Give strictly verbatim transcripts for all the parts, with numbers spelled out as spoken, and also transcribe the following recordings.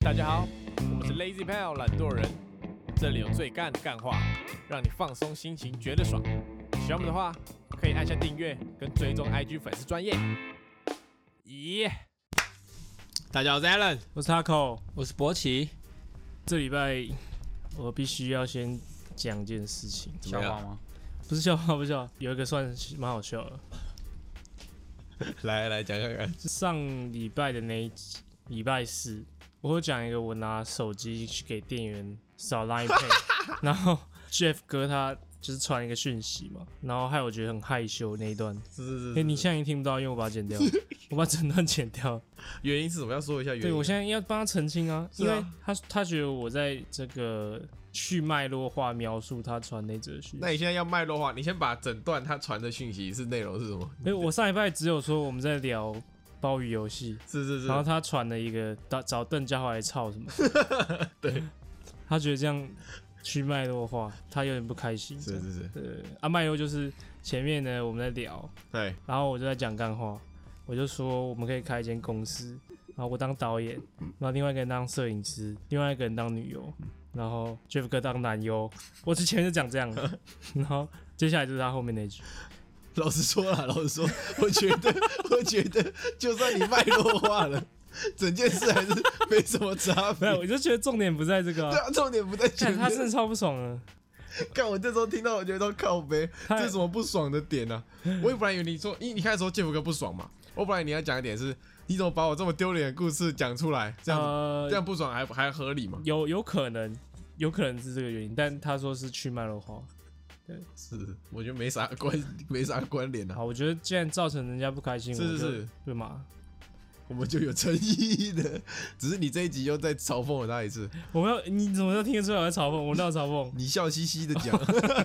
大家好，我们是 Lazy Pal 懒惰人，这里有最干的干话，让你放松心情，觉得爽。喜欢我们的话，可以按下订阅跟追踪 I G 粉丝专页。咦，大家好，我是 Alan， 我是 Taco， 我是博奇。 这礼拜我必须要先讲一件事情， 笑话吗？ 不是笑话，不是笑话，有一个算蛮好笑的。 来来讲看看， 上礼拜的那一集，礼拜四，我会讲一个我拿手机去给店员扫 Line Pay， 然后 Jeff 哥他就是传一个讯息嘛，然后害我觉得很害羞那一段。 是是是， 欸，你现在已经听不到，因为我把它剪掉，我把整段剪掉。 原因是什么？要说一下原因。 对，我现在要帮他澄清啊，因啊为他他觉得我在这个去脉络化描述他传那则讯息。 那你现在要脉络化，你先把整段他传的讯息是内容是什么？ 因为我上礼拜只有说我们在聊鲍鱼游戏， 是是是， 然后他传了一个找邓家华来操什么， 对， 他觉得这样去脉络化，他有点不开心。 是是是， 对，啊，脉络就是前面呢我们在聊， 对， 然后我就在讲干话，我就说我们可以开一间公司，然后我当导演，然后另外一个人当摄影师，另外一个人当女优，然后 Jeff 哥当男优。我之前就讲这样的，然后接下来就是他后面那句。 老实说啦，老实说，我觉得，我觉得，就算你脉络化了，整件事还是没什么差别。 没有，我就觉得重点不在这个、啊。 对啊，重点不在前面。 看他真的超不爽的。 看我这时候听到，我觉得都靠背，这是什么不爽的点啊？我本来以为你说，你你开始说建福哥不爽嘛，我本来你要讲的点是，你怎么把我这么丢脸的故事讲出来，这样、呃、这样不爽还还合理吗？ 有有可能，有可能是这个原因，但他说是去脉络化。对， 是，我觉得没啥关，没啥关联啊。 好，我觉得既然造成人家不开心， 是是是， 对嘛？ 我们就有诚意的，只是你这一集又再嘲讽了他一次。 我们要，你怎么都听得出来我在嘲讽？我哪有嘲讽？ 你笑嘻嘻的讲，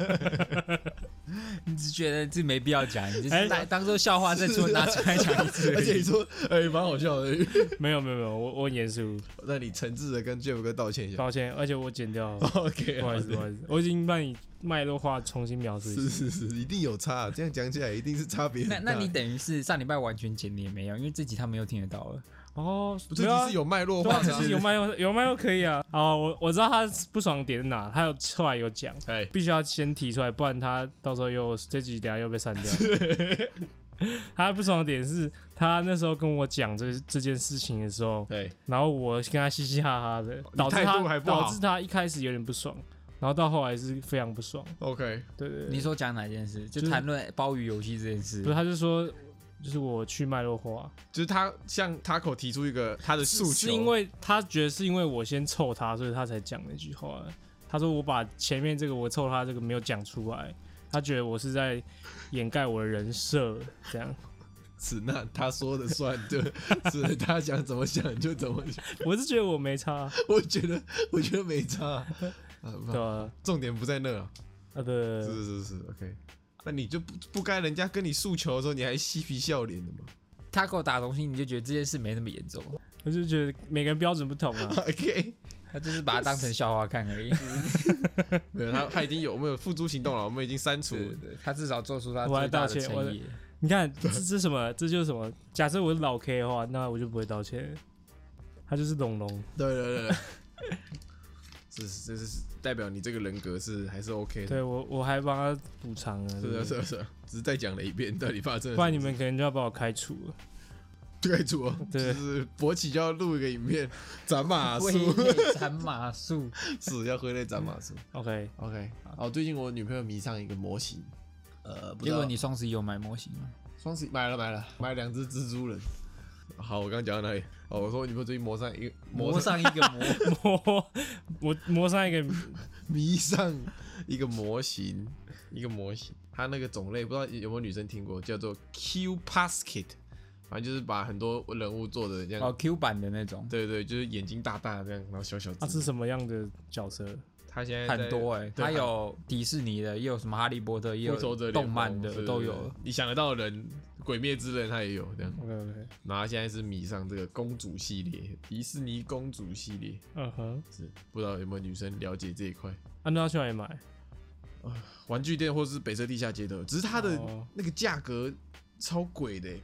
你只觉得这没必要讲，你就是来当做笑话再出拿出来讲一次。 而且你说，哎、欸，蛮好笑的。 没有没有没有，我我很严肃。 那你诚挚的跟 Jeff 哥道歉一下。 抱歉，而且我剪掉了。 OK， 不好意思不好意思，我已经帮你脉络化重新描述一次。 是是是，一定有差，这样讲起来一定是差别很大。 那那你等于是上礼拜完全剪你也没有，因为这集他们又听得到了。 哦， 这集是有脉络化的、啊， 啊、有脉络有脉络可以啊。好，我我知道他不爽的点在哪，他有后来有讲，必须要先提出来，不然他到时候又这集等一下又被删掉。他不爽的点是他那时候跟我讲这这件事情的时候， 对， 然后我跟他嘻嘻哈哈的，导致他导致他一开始有点不爽，然后到后来是非常不爽。 OK， 对 对, 对， 你说讲哪件事？就谈论鲍鱼游戏这件事。 不是，他就说。就是我去脉络化， 就是他向 Taco 提出一个他的诉求， 是因为他觉得是因为我先凑他，所以他才讲那句话。他说我把前面这个我凑他这个没有讲出来，他觉得我是在掩盖我的人设，这样。 是，那他说的算，对，是他想怎么想就怎么想。 我是觉得我没差， 我觉得我觉得没差，啊、 对啊， 重点不在那啊。 啊对， 是是是 ，OK。那你就不不该人家跟你诉求的时候，你还嬉皮笑脸的吗？ 他给我打东西，你就觉得这件事没那么严重。 我就觉得每个人标准不同啊。 OK， 他就是把它当成笑话看而已。 没有，他他已经有我们有付诸行动了，我们已经删除了。 对对，他至少做出他最大的诚意。 你看，这这什么？这就是什么？假设我是老 K 的话，那我就不会道歉。他就是龙龙。 对对对。是是，这是代表你这个人格是还是 OK 的。 对我，我还帮他补偿了。 是的，是的，是的，只是再讲了一遍，到底发生了。 不然你们可能就要把我开除了。 开除哦，对，就是博奇就要录一个影片，斩马术， 斩马术， 是要挥泪斩马术。 OK OK， 好，最近我女朋友迷上一个模型，呃， 结果你双十一有买模型吗？ 双十一买了买了，买了两只蜘蛛人。好，我刚刚讲到哪里？哦，我说我女朋友最近磨上一个磨上一个模磨磨磨上一个迷上一个模型，一个模型，它那个种类不知道有没有女生听过，叫做 Q Basket， 反正就是把很多人物做的这样。 哦 ，Q 版的那种。 对对，就是眼睛大大这样，然后小小只。 它、啊、是什么样的角色？ 他现在很多哎、欸，他有迪士尼的，也有什么哈利波特，也有动漫的，都有。 你想得到的人，鬼灭之刃他也有这样。 OK OK。 然后他现在是迷上这个公主系列，迪士尼公主系列。 嗯哼， 是不知道有没有女生了解这一块？ 啊，那要去哪里买？ 啊，玩具店或是北车地下街的，只是它的那个价格超贵的、欸。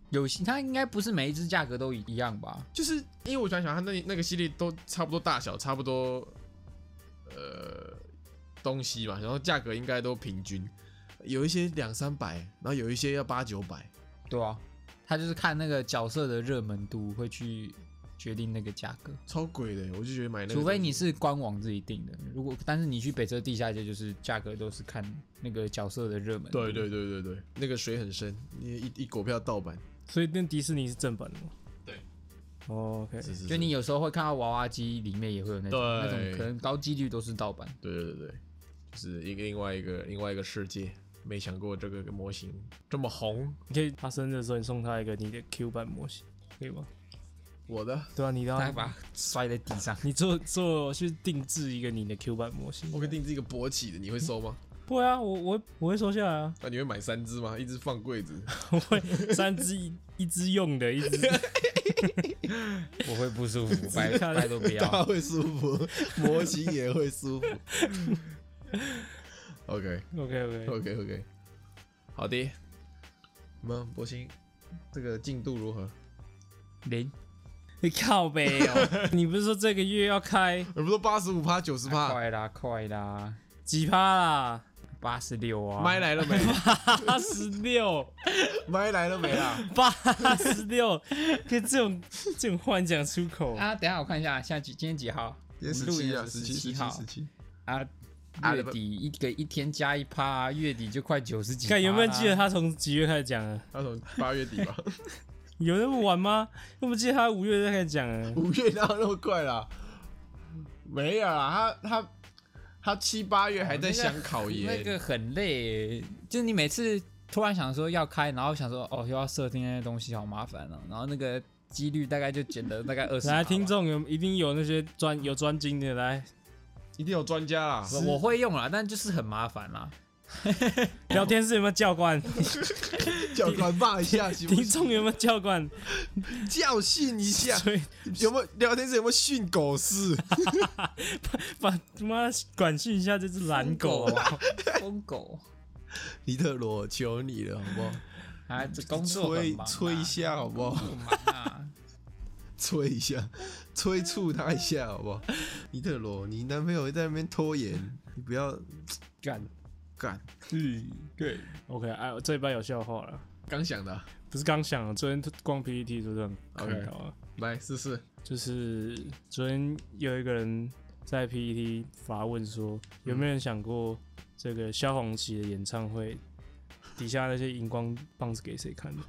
有它应该不是每一只价格都一样吧？ 就是因为我想想，它那那个系列都差不多大小，差不多呃东西嘛，然后价格应该都平均，有一些两三百，然后有一些要八九百。 对啊，它就是看那个角色的热门度会去决定那个价格， 超贵的，我就觉得买那个， 除非你是官网自己定的，如果但是你去北车地下街，就是价格都是看那个角色的热门度。 对对对对对，那个水很深，一一狗票盗版。 所以那迪士尼是正版的吗？ 对。 哦 ，OK， 是是是， 就你有时候会看到娃娃机里面也会有那种对那种可能高几率都是盗版。 对对对对，就是一个另外一个另外一个世界。没想过这个模型这么红。 你可以他生日的时候，你送他一个你的 Q 版模型，可以吗？ 我的？ 对啊，你的、 他把它摔在地上。 你做做去定制一个你的 Q 版模型。 我可以定制一个勃起的，你会收吗？ 不会啊，我我我会收下来啊。 那、啊、你会买三只吗？一只放柜子？ 我会三只一一只用的，一只。 我会不舒服，拜拜都不要。 他会舒服，模型也会舒服。OK OK OK OK OK， 好的。我们模型这个进度如何？ 零。 你靠北哦！你不是说这个月要开？ 我不是说八十五趴、九十趴？ 快啦快啦！ 几趴啦？ 八十六啊！ 麦来了没？ 八十六， 麦来了没啦？ 八十六，跟这种这种话讲出口啊！等一下我看一下，现在几今天几号？ 今天十七啊，十七十七号， 十七啊。月底一个一天加一趴，月底就快九十几趴。 看有没有记得他从几月开始讲啊？ 他从八月底吧。 有那么晚吗？我不记得他五月就开始讲了。 五月哪有那么快啦？没有啦，他他他七八月还在想考研、 哦那個，那个很累，就是你每次突然想说要开，然后想说哦又要设定那些东西，好麻烦哦，然后那个几率大概就减了大概二十。 来，听众有一定有那些专有专精的来。 一定有专家啦， 我会用啦，但就是很麻烦啦。 聊天室有没有教官？ 教官骂一下行不行？ 听众有没有教官？ 教训一下。有没有聊天室有没有训狗式？ 把他妈管训一下这只懒狗啊！ 疯狗， 尼特罗，求你了，好不好？ 啊，这工作催催一下好不好？ 忙啊！ 催一下，催促他一下，好不好？尼特罗，你男朋友在那边拖延，你不要干干。 嗯，对 ，OK， 哎、啊，这一半有笑话了， 刚想的、啊， 不是刚想的，昨天光 P P T 都这样看到了。 来试试， 就是昨天有一个人在 P P T 发问说，有没有人想过这个萧煌奇的演唱会底下那些荧光棒是给谁看的？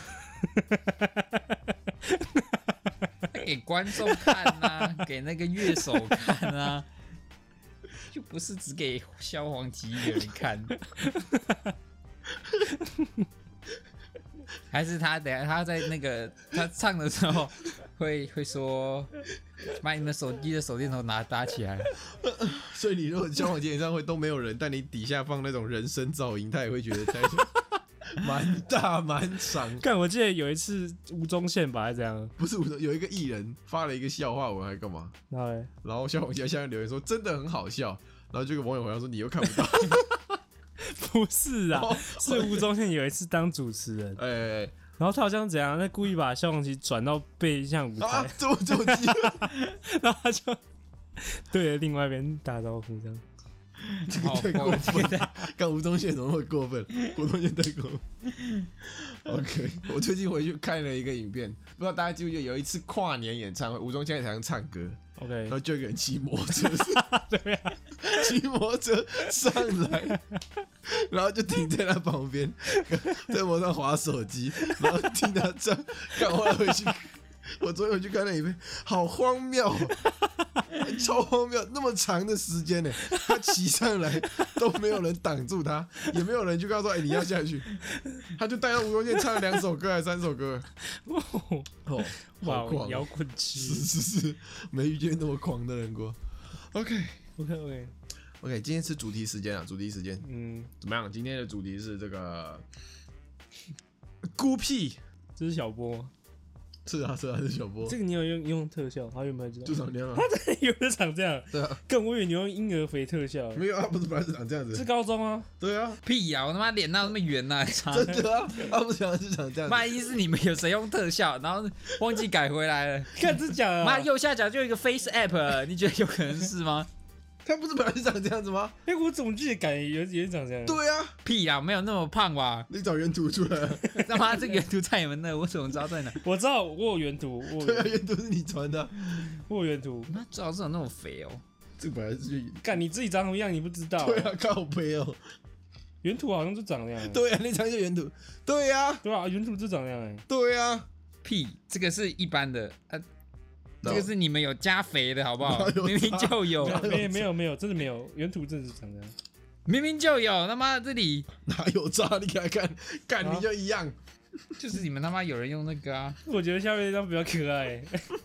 给观众看啊，给那个乐手看啊，就不是只给萧煌奇一个人看。还是他等一下他在那个他唱的时候会会说，把你们手机的手电筒拿搭起来。 所以你如果萧煌奇演唱会都没有人，但你底下放那种人声噪音，他也会觉得太蛮大蛮长。 干，我记得有一次吴宗宪吧，还是怎样？ 不是吴宗，有一个艺人发了一个笑话文，还干嘛？ 然后嘞， 然后萧煌奇在下面留言说真的很好笑，然后就有网友回答说你又看不到。 不是啊，是吴宗宪有一次当主持人， 哎、欸欸， 然后他好像怎样，他故意把萧煌奇转到背向舞台， 啊，这么这么激， 然后他就对着另外一边打招呼这样。 这个太过分了！刚吴宗宪怎么会过分？吴宗宪太过分。OK， 我最近回去看了一个影片，不知道大家记不记得有一次跨年演唱会，吴宗宪在台上唱歌 ，OK， 然后就有一个人骑摩托车， 对啊， 骑摩托车上来，然后就停在他旁边，在摩托上滑手机，然后听他唱，赶快回去。我昨天回去看那影片，好荒谬、喔，超荒谬！那么长的时间呢、欸，他骑上来都没有人挡住他，也没有人去跟他说：“哎、欸，你要下去。”他就带着吴宗宪唱了两首歌还是三首歌。哦， 哇， 好狂！ 摇滚区， 是是是，没遇见那么狂的人过。OK OK OK OK， 今天是主题时间啊，主题时间， 嗯， 怎么样？今天的主题是这个孤僻， 这是小波吗？ 是啊是啊是小波。 这个你有用用特效，他原本知道就长这样啊。 他真的有的长这样。 对啊。 更我以为你用婴儿肥特效。 没有啊，不是本来是长这样子。 是高中啊。 对啊。 屁呀、啊！我他妈脸哪有那么圆呐、啊？ 真的啊，他不想是长这样子。 妈，一是你们有谁用特效，然后忘记改回来了？ 看这假的、啊。 妈，右下角就有一个 Face App， 你觉得有可能是吗？ 他不是本来是长这样子吗？ 哎、欸，我怎么记得感觉有也长这样？ 对啊， 屁呀、啊，没有那么胖吧？ 你找原图出来。 他妈，这个原图在你们那，我怎么知道在哪？ 我知道，我有原图。我有对啊，原图是你传的、啊。 我有原图。 那最好是有那么肥哦。 这本来是干你自己长什么样，你不知道、啊？ 对啊，靠背哦。 原图好像就长那样。 对啊，那张就原图。对啊。 对啊，原图就长那样哎。 对啊。 屁，这个是一般的啊。这个是你们有加肥的好不好？明明就有， 没有没有没有，真的没有，原图真的是长这样， 明明就有，他妈这里哪有差？你给他看，干你就一样， 就是你们他妈有人用那个啊。 我觉得下面那张比较可爱，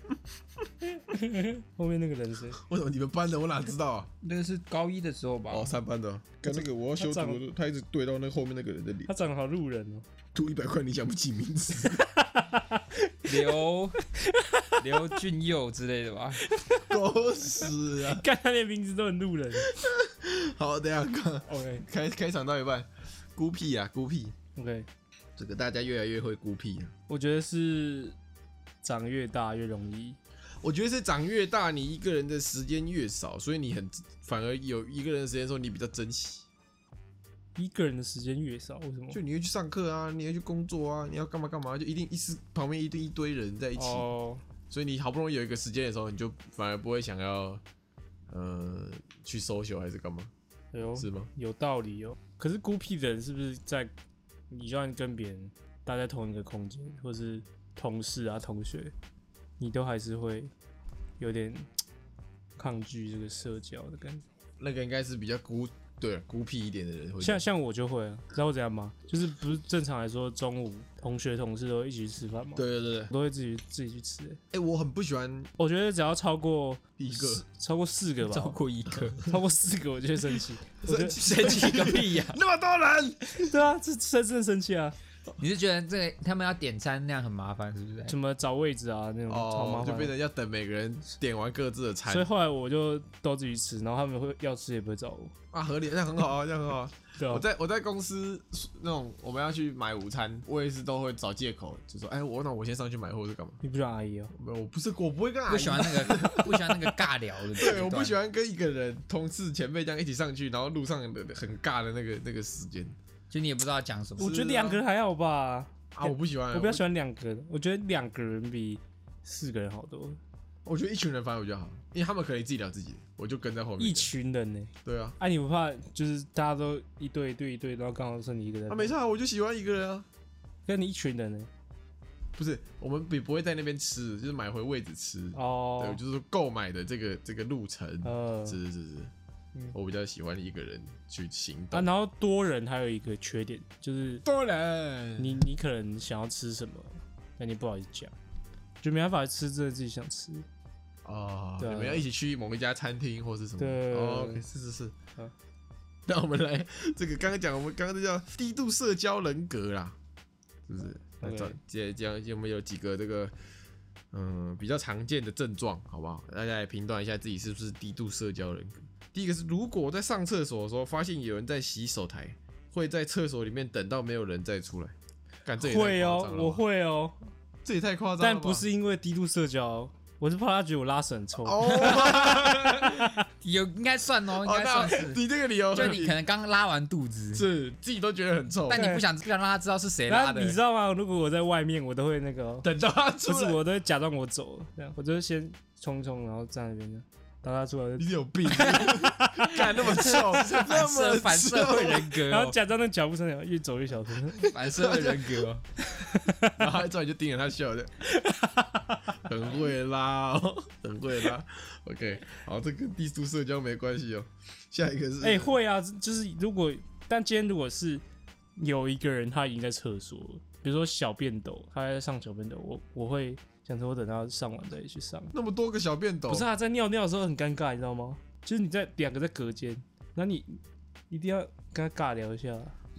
后面那个人是？ 为什么你们班的我哪知道啊？ 那个是高一的时候吧？ 哦，三班的，跟那个我要修图，他一直对到那后面那个人的脸， 他长得好路人哦。 图一百块，你想不起名字？ 刘刘俊佑之类的吧？ 狗屎啊！ 看他连名字都很路人。 好，等一下看 ，OK， 开开场到一半，孤僻啊，孤僻 ，OK， 这个大家越来越会孤僻啊。 我觉得是长越大越容易。 我觉得是长越大，你一个人的时间越少，所以你很反而有一个人的时间的时候，你比较珍惜。 一个人的时间越少，为什么？ 就你会去上课啊，你会去工作啊，你要干嘛干嘛，就一定一时旁边一堆一堆人在一起，哦、所以你好不容易有一个时间的时候，你就反而不会想要呃去 social 还是干嘛？ 哎呦， 是吗？ 有道理哦。可是孤僻的人是不是在你就算跟别人待在同一个空间，或是同事啊、同学，你都还是会有点抗拒这个社交的感觉？ 那个应该是比较孤。对，孤僻一点的人会像像我就会啊，知道我怎样吗？就是不是正常来说，中午同学同事都会一起去吃饭吗？ 对对对， 我都会自己自己去吃、欸。哎、 欸，我很不喜欢， 我觉得只要超过一个， 超过四个吧， 超过一个， 超过四个我就会生气。 生气生气个屁呀、啊！ 那么多人， 对啊，这真真的生气啊！ 你是觉得这个他们要点餐那样很麻烦，是不是？ 怎么找位置啊那种超麻烦， 就变成要等每个人点完各自的餐。 所以后来我就都自己吃，然后他们会要吃也不会找我。 啊，合理，这样很好啊，这样很好啊。 对啊， 我在我在公司那种我们要去买午餐，我也是都会找借口，就说哎，我那我先上去买或者干嘛。 你不喜欢阿姨哦？ 没有，我不是我不会跟阿姨。 不喜欢那个不喜欢那个尬聊的。 对，我不喜欢跟一个人同事前辈这样一起上去，然后路上的很尬的那个那个时间。 就你也不知道讲什么。 我觉得两个人还好吧。 啊，我不喜欢， 我比较喜欢两个人，我觉得两个人比四个人好多。 我觉得一群人反而比较好，因为他们可以自己聊自己的，我就跟在后面。 一群人呢、欸？ 对啊。 哎、啊，你不怕就是大家都一对一对一对，然后刚好剩你一个人？ 啊，没差，我就喜欢一个人啊。 跟你一群人呢、欸？ 不是，我们也不会在那边吃，就是买回位置吃。 哦。 对，就是购买的这个这个路程。 呃。 是是是是。嗯、我比较喜欢一个人去行动啊，然后多人还有一个缺点就是多人， 你你可能想要吃什么，但你不好意思讲，就没办法吃真的自己想吃哦。你们要一起去某一家餐厅或是什么？ 对， 哦 ，OK， 是是是。啊、那我们来这个刚刚讲，我们刚刚这叫低度社交人格啦，是不是？来讲讲讲，我们有几个这个嗯比较常见的症状，好不好？大家来评断一下自己是不是低度社交人格。第一个是，如果在上厕所的时候发现有人在洗手台，会在厕所里面等到没有人再出来。干，这也太夸张了吧。 会哦，我会哦， 这也太夸张了。 但不是因为低度社交，我是怕他觉得我拉屎很臭。 哦， 有应该算哦，应该算是。 你这个理由， 就你可能刚拉完肚子， 是自己都觉得很臭， 但你不想不想让他知道是谁拉的。 你知道吗？如果我在外面，我都会那个等到他出来， 不是，我都会假装我走了，这样，我就先冲冲，然后站那边这样。等他出来， 你有病！干那么臭， 反社反社会人格、哦， 然后假装那脚步声越走越小声， 反社会人格、哦。 然后他出来就盯着他笑的，很会拉哦，很会拉。OK， 好，这跟低度社交没关系哦。下一个是， 哎、欸，会啊，就是如果，但今天如果是有一个人他已经在厕所，比如说小便斗，他在上小便斗，我我会。想说我等他上完再去上， 那么多个小便斗， 不是他在尿尿的时候很尴尬，你知道吗？就是你在两个在隔间，然后你一定要跟他尬聊一下。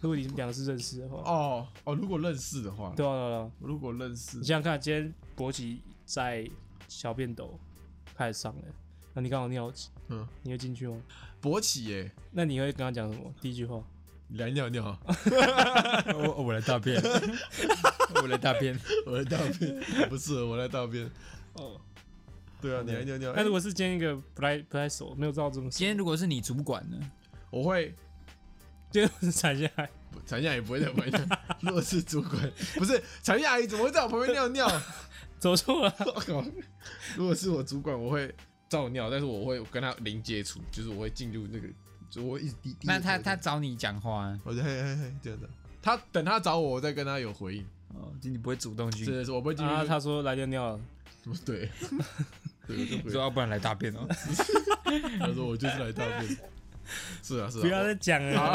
如果你们两个是认识的话， 哦哦，如果认识的话， 对啊对啊， 如果认识， 你想想看，今天博奇在小便斗开始上了，那你刚好尿急， 嗯， 你会进去吗？ 勃起耶， 那你会跟他讲什么？第一句话， 你来尿尿， 我我来大便，我来大便， 我来大便，不是我来大便。 哦， 对啊，你来尿尿。 那如果是今天一个不太不太熟，没有照这么熟， 今天如果是你主管呢？ 我会， 今天是产下来， 产下也不会在我旁边。如果是主管，不是产下阿姨怎么会在我旁边尿尿？ 走错了。 如果是我主管，我会照尿，但是我会跟他零接触，就是我会进入那个，就我一直低。 那他他找你讲话， 我就嘿嘿嘿这样的。他等他找我，我再跟他有回应。 哦，就你不会主动去， 是是，我不会进去。 啊，他说来尿尿了。 对，对，我就回。 说要不然来大便哦。 他说我就是来大便。是啊是啊。 不要再讲了。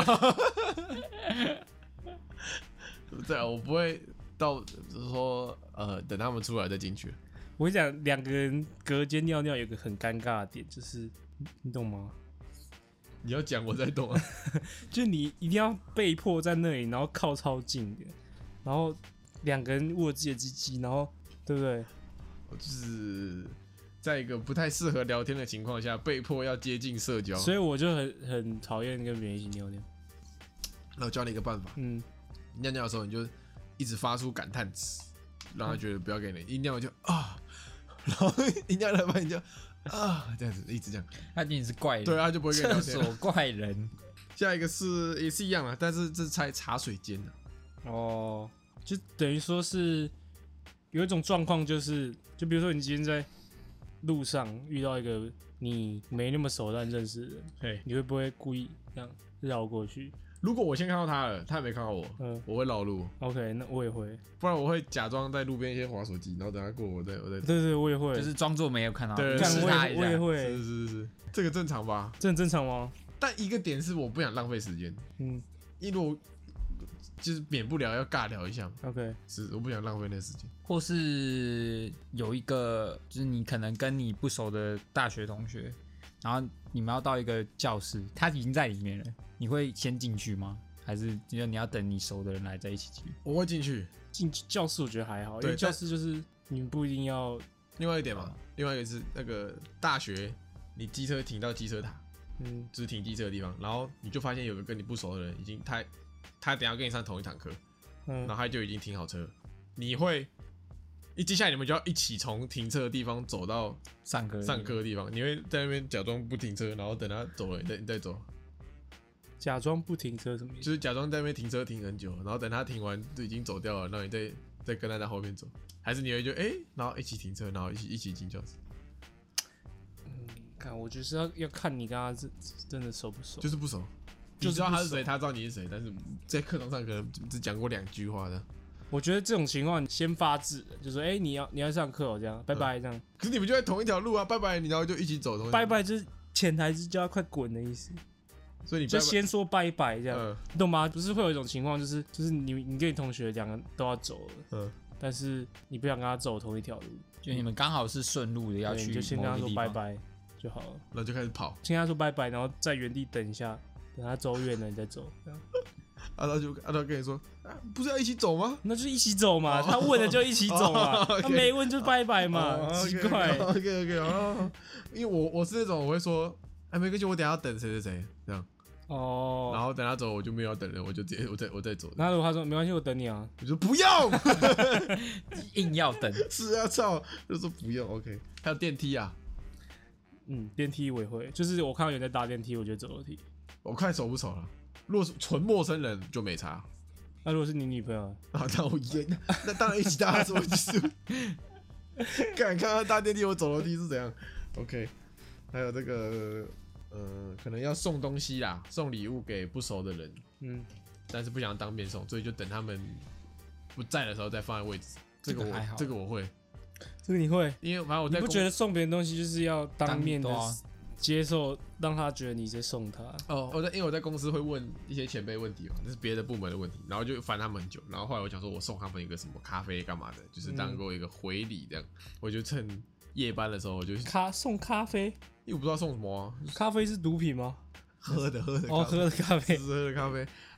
对啊，我不会到就是说呃等他们出来再进去。 我跟你讲，两个人隔间尿尿有个很尴尬的点，就是你懂吗？ 你要讲我才懂啊。 就你一定要被迫在那里，然后靠超近的，然后两个人握自己的鸡鸡，然后对不对？ 就是在一个不太适合聊天的情况下，被迫要接近社交。 所以我就很很讨厌跟别人一起尿尿。 那我教你一个办法， 嗯， 尿尿的时候你就一直发出感叹词，让他觉得不要给你一尿就啊，然后一尿了半你就啊这样子一直这样， 他觉得你是怪人， 对，他就不会跟你聊天。 厕所怪人。 下一个是也是一样啊，但是这是在茶水间的。 哦，就等于说是有一种状况，就是就比如说你今天在路上遇到一个你没那么熟但认识的人， 嘿， 你会不会故意这样绕过去？ 如果我先看到他了，他还没看到我， 嗯我会绕路， ，OK， 那我也会， 不然我会假装在路边先滑手机，然后等他过我再我再。 对对，我也会， 就是装作没有看到， 对干我试他一下。 也我也会， 是是是，这个正常吧？ 这很正常吗？ 但一个点是我不想浪费时间， 嗯因为我就是免不了要尬聊一下嘛， ，OK， 是我不想浪费那时间。 或是有一个，就是你可能跟你不熟的大学同学，然后你们要到一个教室，他已经在里面了，你会先进去吗？还是你要等你熟的人来再一起进去？ 我会进去。 进教室我觉得还好，因对为教室就是你们不一定要， 另外一点嘛，另外一个是那个大学，你机车停到机车塔， 嗯就是停机车的地方，然后你就发现有个跟你不熟的人，已经他他等一下跟你上同一堂课，然嗯后他就已经停好车，你会一接下来你们就要一起从停车的地方走到上课上课的地方，你会在那边假装不停车，然后等他走了，你再你再走， 假装不停车什么意思？ 就是假装在那边停车停很久，然后等他停完就已经走掉了，然后你再再跟他在后面走，还是你会就哎、欸，然后一起停车，然后一起一起进教室， 嗯，看我就是要要看你跟他真真的熟不熟， 就是不熟。 就是你知道他是不熟谁，他知道你是谁，但是在课堂上可能只讲过两句话的。 我觉得这种情况你先发制人，就说哎、欸你要你要上课哦，这样拜拜这样， 可是你们就在同一条路啊，拜拜，你然后就一起走，同一条拜拜就是潜台词叫他快滚的意思，就所以你拜拜先说拜拜这样， 嗯你懂吗？不是会有一种情况，就是就是你你跟你同学两个都要走了， 嗯， 但是你不想跟他走同一条路， 就你们刚好是顺路的要去对你就先跟他说某一个地方， 拜拜就好了， 然后就开始跑， 先跟他说拜拜，然后在原地等一下，等他走远了你再走，这样啊，他就啊，他跟你说，啊，不是要一起走吗？ 那就一起走嘛， 哦他问了就一起走嘛， 哦，OK 他没问就拜拜嘛，奇怪。 ，OK OK， 哦，因为我我是那种我会说，哎，没关系，我等一下要等谁谁谁这样， 哦， 然后等他走我就没有要等了，我就直接我再我再走， 那如果他说没关系，我等你啊， 我说不要， 硬要等。 是啊，操，就说不用 OK，还有电梯啊， 嗯，电梯我也会，就是我看到有人在搭电梯，我就走楼梯。 我看熟不熟了，如果是纯陌生人就没差。 那如果是你女朋友， 啊，那我也那那当然一起搭，什么意思？看看他搭电梯，我走楼梯是怎样 ？OK， 还有这个，呃，可能要送东西啦，送礼物给不熟的人， 嗯， 但是不想当面送，所以就等他们不在的时候再放在位置。这个我这个还好这个我会， 这个你会？ 因为反正我在公你不觉得送别人东西就是要当面的当对啊接受，让他觉得你在送他？ 哦，我在因为我在公司会问一些前辈问题嘛，这是别的部门的问题，然后就烦他们很久，然后后来我想说我送他们一个什么咖啡干嘛的，就是当做一个回礼这样，我就趁夜班的时候我就咖送咖啡， 因为我不知道送什么、啊， 咖啡是毒品吗？ 喝的喝的哦，喝的咖啡是。喝的咖啡，然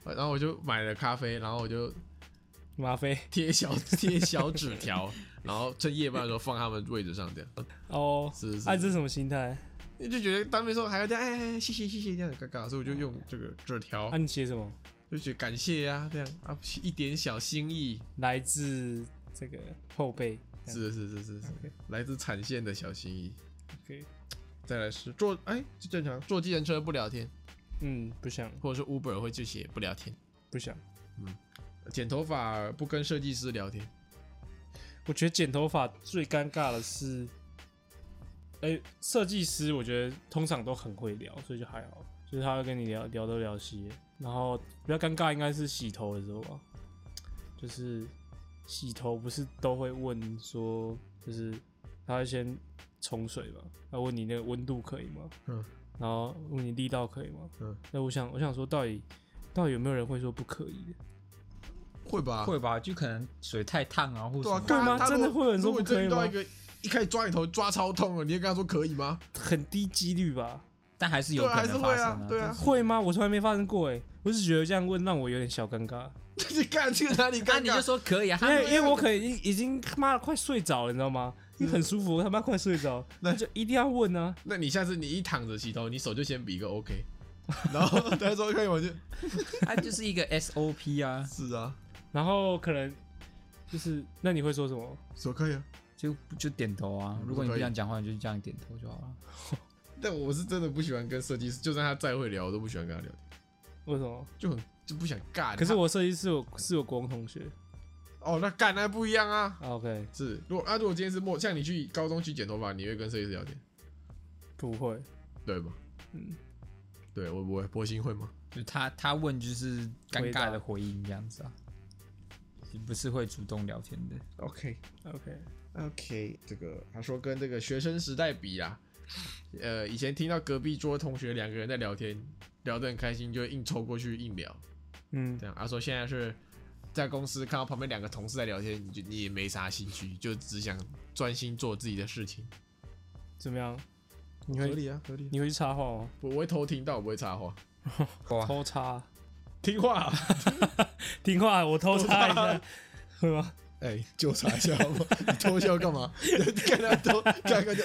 然后我就买了咖啡，然后我就吗啡贴小贴小纸条，然后趁夜班的时候放他们位置上，这样。 哦， 是是是。 哎、啊，这是什么心态？ 就觉得当面说还要这样，哎哎哎，谢谢谢谢这样很尴尬，所以我就用这个纸条。 啊，你写什么？ 就觉得感谢啊，这样啊，一点小心意， 来自这个后辈。 是是是是是， okay. 来自产线的小心意。 OK， 再来是坐，哎，就正常坐计程车不聊天， 嗯，不想， 或者是 Uber 会就写不聊天， 不想， 嗯，剪头发不跟设计师聊天。 我觉得剪头发最尴尬的是，哎、欸，设计师我觉得通常都很会聊，所以就还好，就是他会跟你聊聊东聊西。然后比较尴尬应该是洗头的时候吧，就是洗头不是都会问说，就是他会先冲水嘛，他问你那个温度可以吗？嗯，然后问你力道可以吗？嗯，那我想我想说到底到底有没有人会说不可以的？ 会吧， 会吧，就可能水太烫啊，或者对啊， 会吗？真的会有人说不可以吗？ 一个一开始抓你头抓超痛了，你也跟他说可以吗？ 很低几率吧， 但还是有可能发生啊。 对啊， 会吗？我从来没发生过哎，我只觉得这样问让我有点小尴尬。 你干这个哪里尴尬？ 你就说可以啊， 因为因为我可能已经他妈快睡着了，你知道吗？你很舒服，他妈快睡着，那就一定要问啊。 那你下次你一躺着洗头，你手就先比一个 OK， 然后他说可以我就， 它就是一个 S O P 啊。 是啊。 然后可能就是，那你会说什么？ 说可以啊， 就就点头啊。如果你不想讲话，你就这样点头就好了。 但我是真的不喜欢跟设计师，就算他再会聊，我都不喜欢跟他聊天。 为什么？ 就很就不想干。 可是我设计师有是有国中同学。 哦，那干那不一样啊。 OK， 是。如果啊，如果今天是陌，像你去高中去剪头发，你会跟设计师聊天？ 不会， 对吧？嗯，对我不会。博兴会吗？ 就他他问就是尴尬的回应这样子啊。不是会主动聊天的。 OK OK OK， 这个他说跟这个学生时代比啊，呃，以前听到隔壁桌同学两个人在聊天，聊得很开心，就硬凑过去硬聊。嗯，这样。他说现在是在公司看到旁边两个同事在聊天，你就你也没啥兴趣，就只想专心做自己的事情。 怎么样？你会合理啊，合理。 你会去插话吗？ 我会偷听，但我不会插话。 偷插。 听话、啊， 听话，我偷插一下，会吗？ 哎、欸，就插一下好不好？你偷笑干嘛？看他偷，看看就，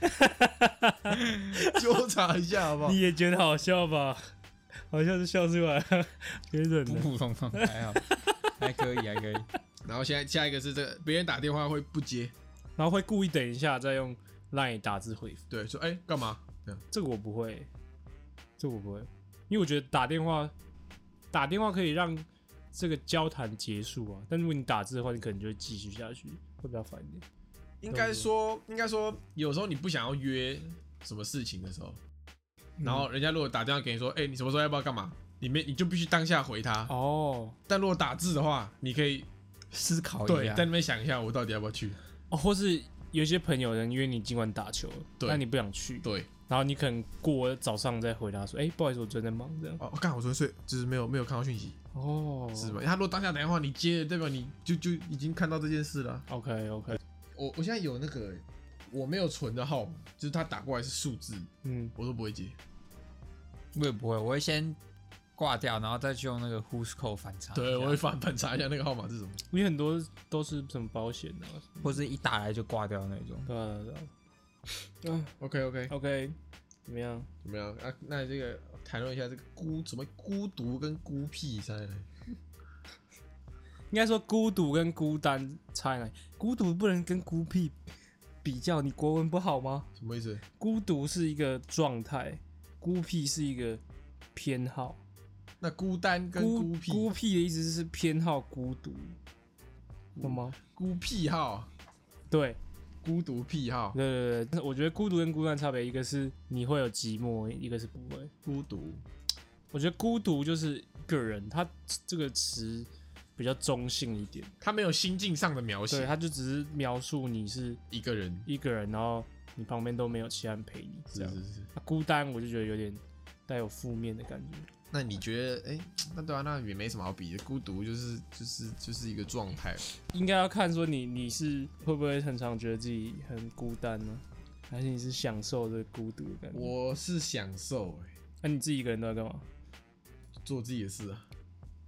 就插一下好不好？ 你也觉得好笑吧？好像是笑出来了，别忍了。 普普通通，还好，还可以，还可以。 然后现在下一个是这个，别人打电话会不接， 然后会故意等一下再用 LINE 打字回复。 对，说哎干嘛？ 这个我不会，这个我不会，因为我觉得打电话。打电话可以让这个交谈结束啊，但如果你打字的话，你可能就会继续下去，会比较烦一点。 应该说，应该说，有时候你不想要约什么事情的时候，嗯、然后人家如果打电话给你说，哎、欸，你什么时候要不要干嘛？你没你就必须当下回他。哦。但如果打字的话，你可以思考一下， 对，在那边想一下，我到底要不要去？ 哦，或是有些朋友人约你今晚打球，但你不想去。 对。 然后你可能过早上再回答说，哎、欸，不好意思，我昨天在忙这样。 哦，干，我昨天睡，就是没有没有看到讯息。 哦， 是吧？他如果当下打电话你接了，代表你就就已经看到这件事了。 OK OK。 我我现在有那个我没有存的号码，就是他打过来是数字，嗯，我都不会接。 我也不会，我会先挂掉，然后再去用那个 Who's Call 反查。 对，我会反反查一下那个号码是什么。 因为很多都是什么保险的、啊， 或者一打来就挂掉那种。 对啊对啊。 嗯 ，OK OK OK， 怎么样？ 怎么样啊？那这个谈论一下这个孤什么孤独跟孤僻差在哪里？ 应该说孤独跟孤单差在哪里？孤独不能跟孤僻比较，你国文不好吗？ 什么意思？ 孤独是一个状态，孤僻是一个偏好。 那孤单跟孤僻， 孤僻的意思是偏好孤独，懂吗？ 孤僻好， 对。 孤独癖好， 对对对，我觉得孤独跟孤单差别，一个是你会有寂寞，一个是不会。 孤独， 我觉得孤独就是个人，他这个词比较中性一点， 他没有心境上的描写， 对，他就只是描述你是一个人， 一个人，然后你旁边都没有其他人陪你，这样。 是是是。 啊、孤单，我就觉得有点带有负面的感觉。 那你觉得，哎、欸，那对啊，那也没什么好比的。孤独就是就是就是一个状态， 应该要看说你你是会不会很常觉得自己很孤单呢？还是你是享受这孤独的感觉？ 我是享受、欸，哎， 那、啊、你自己一个人都在干嘛？ 做自己的事啊。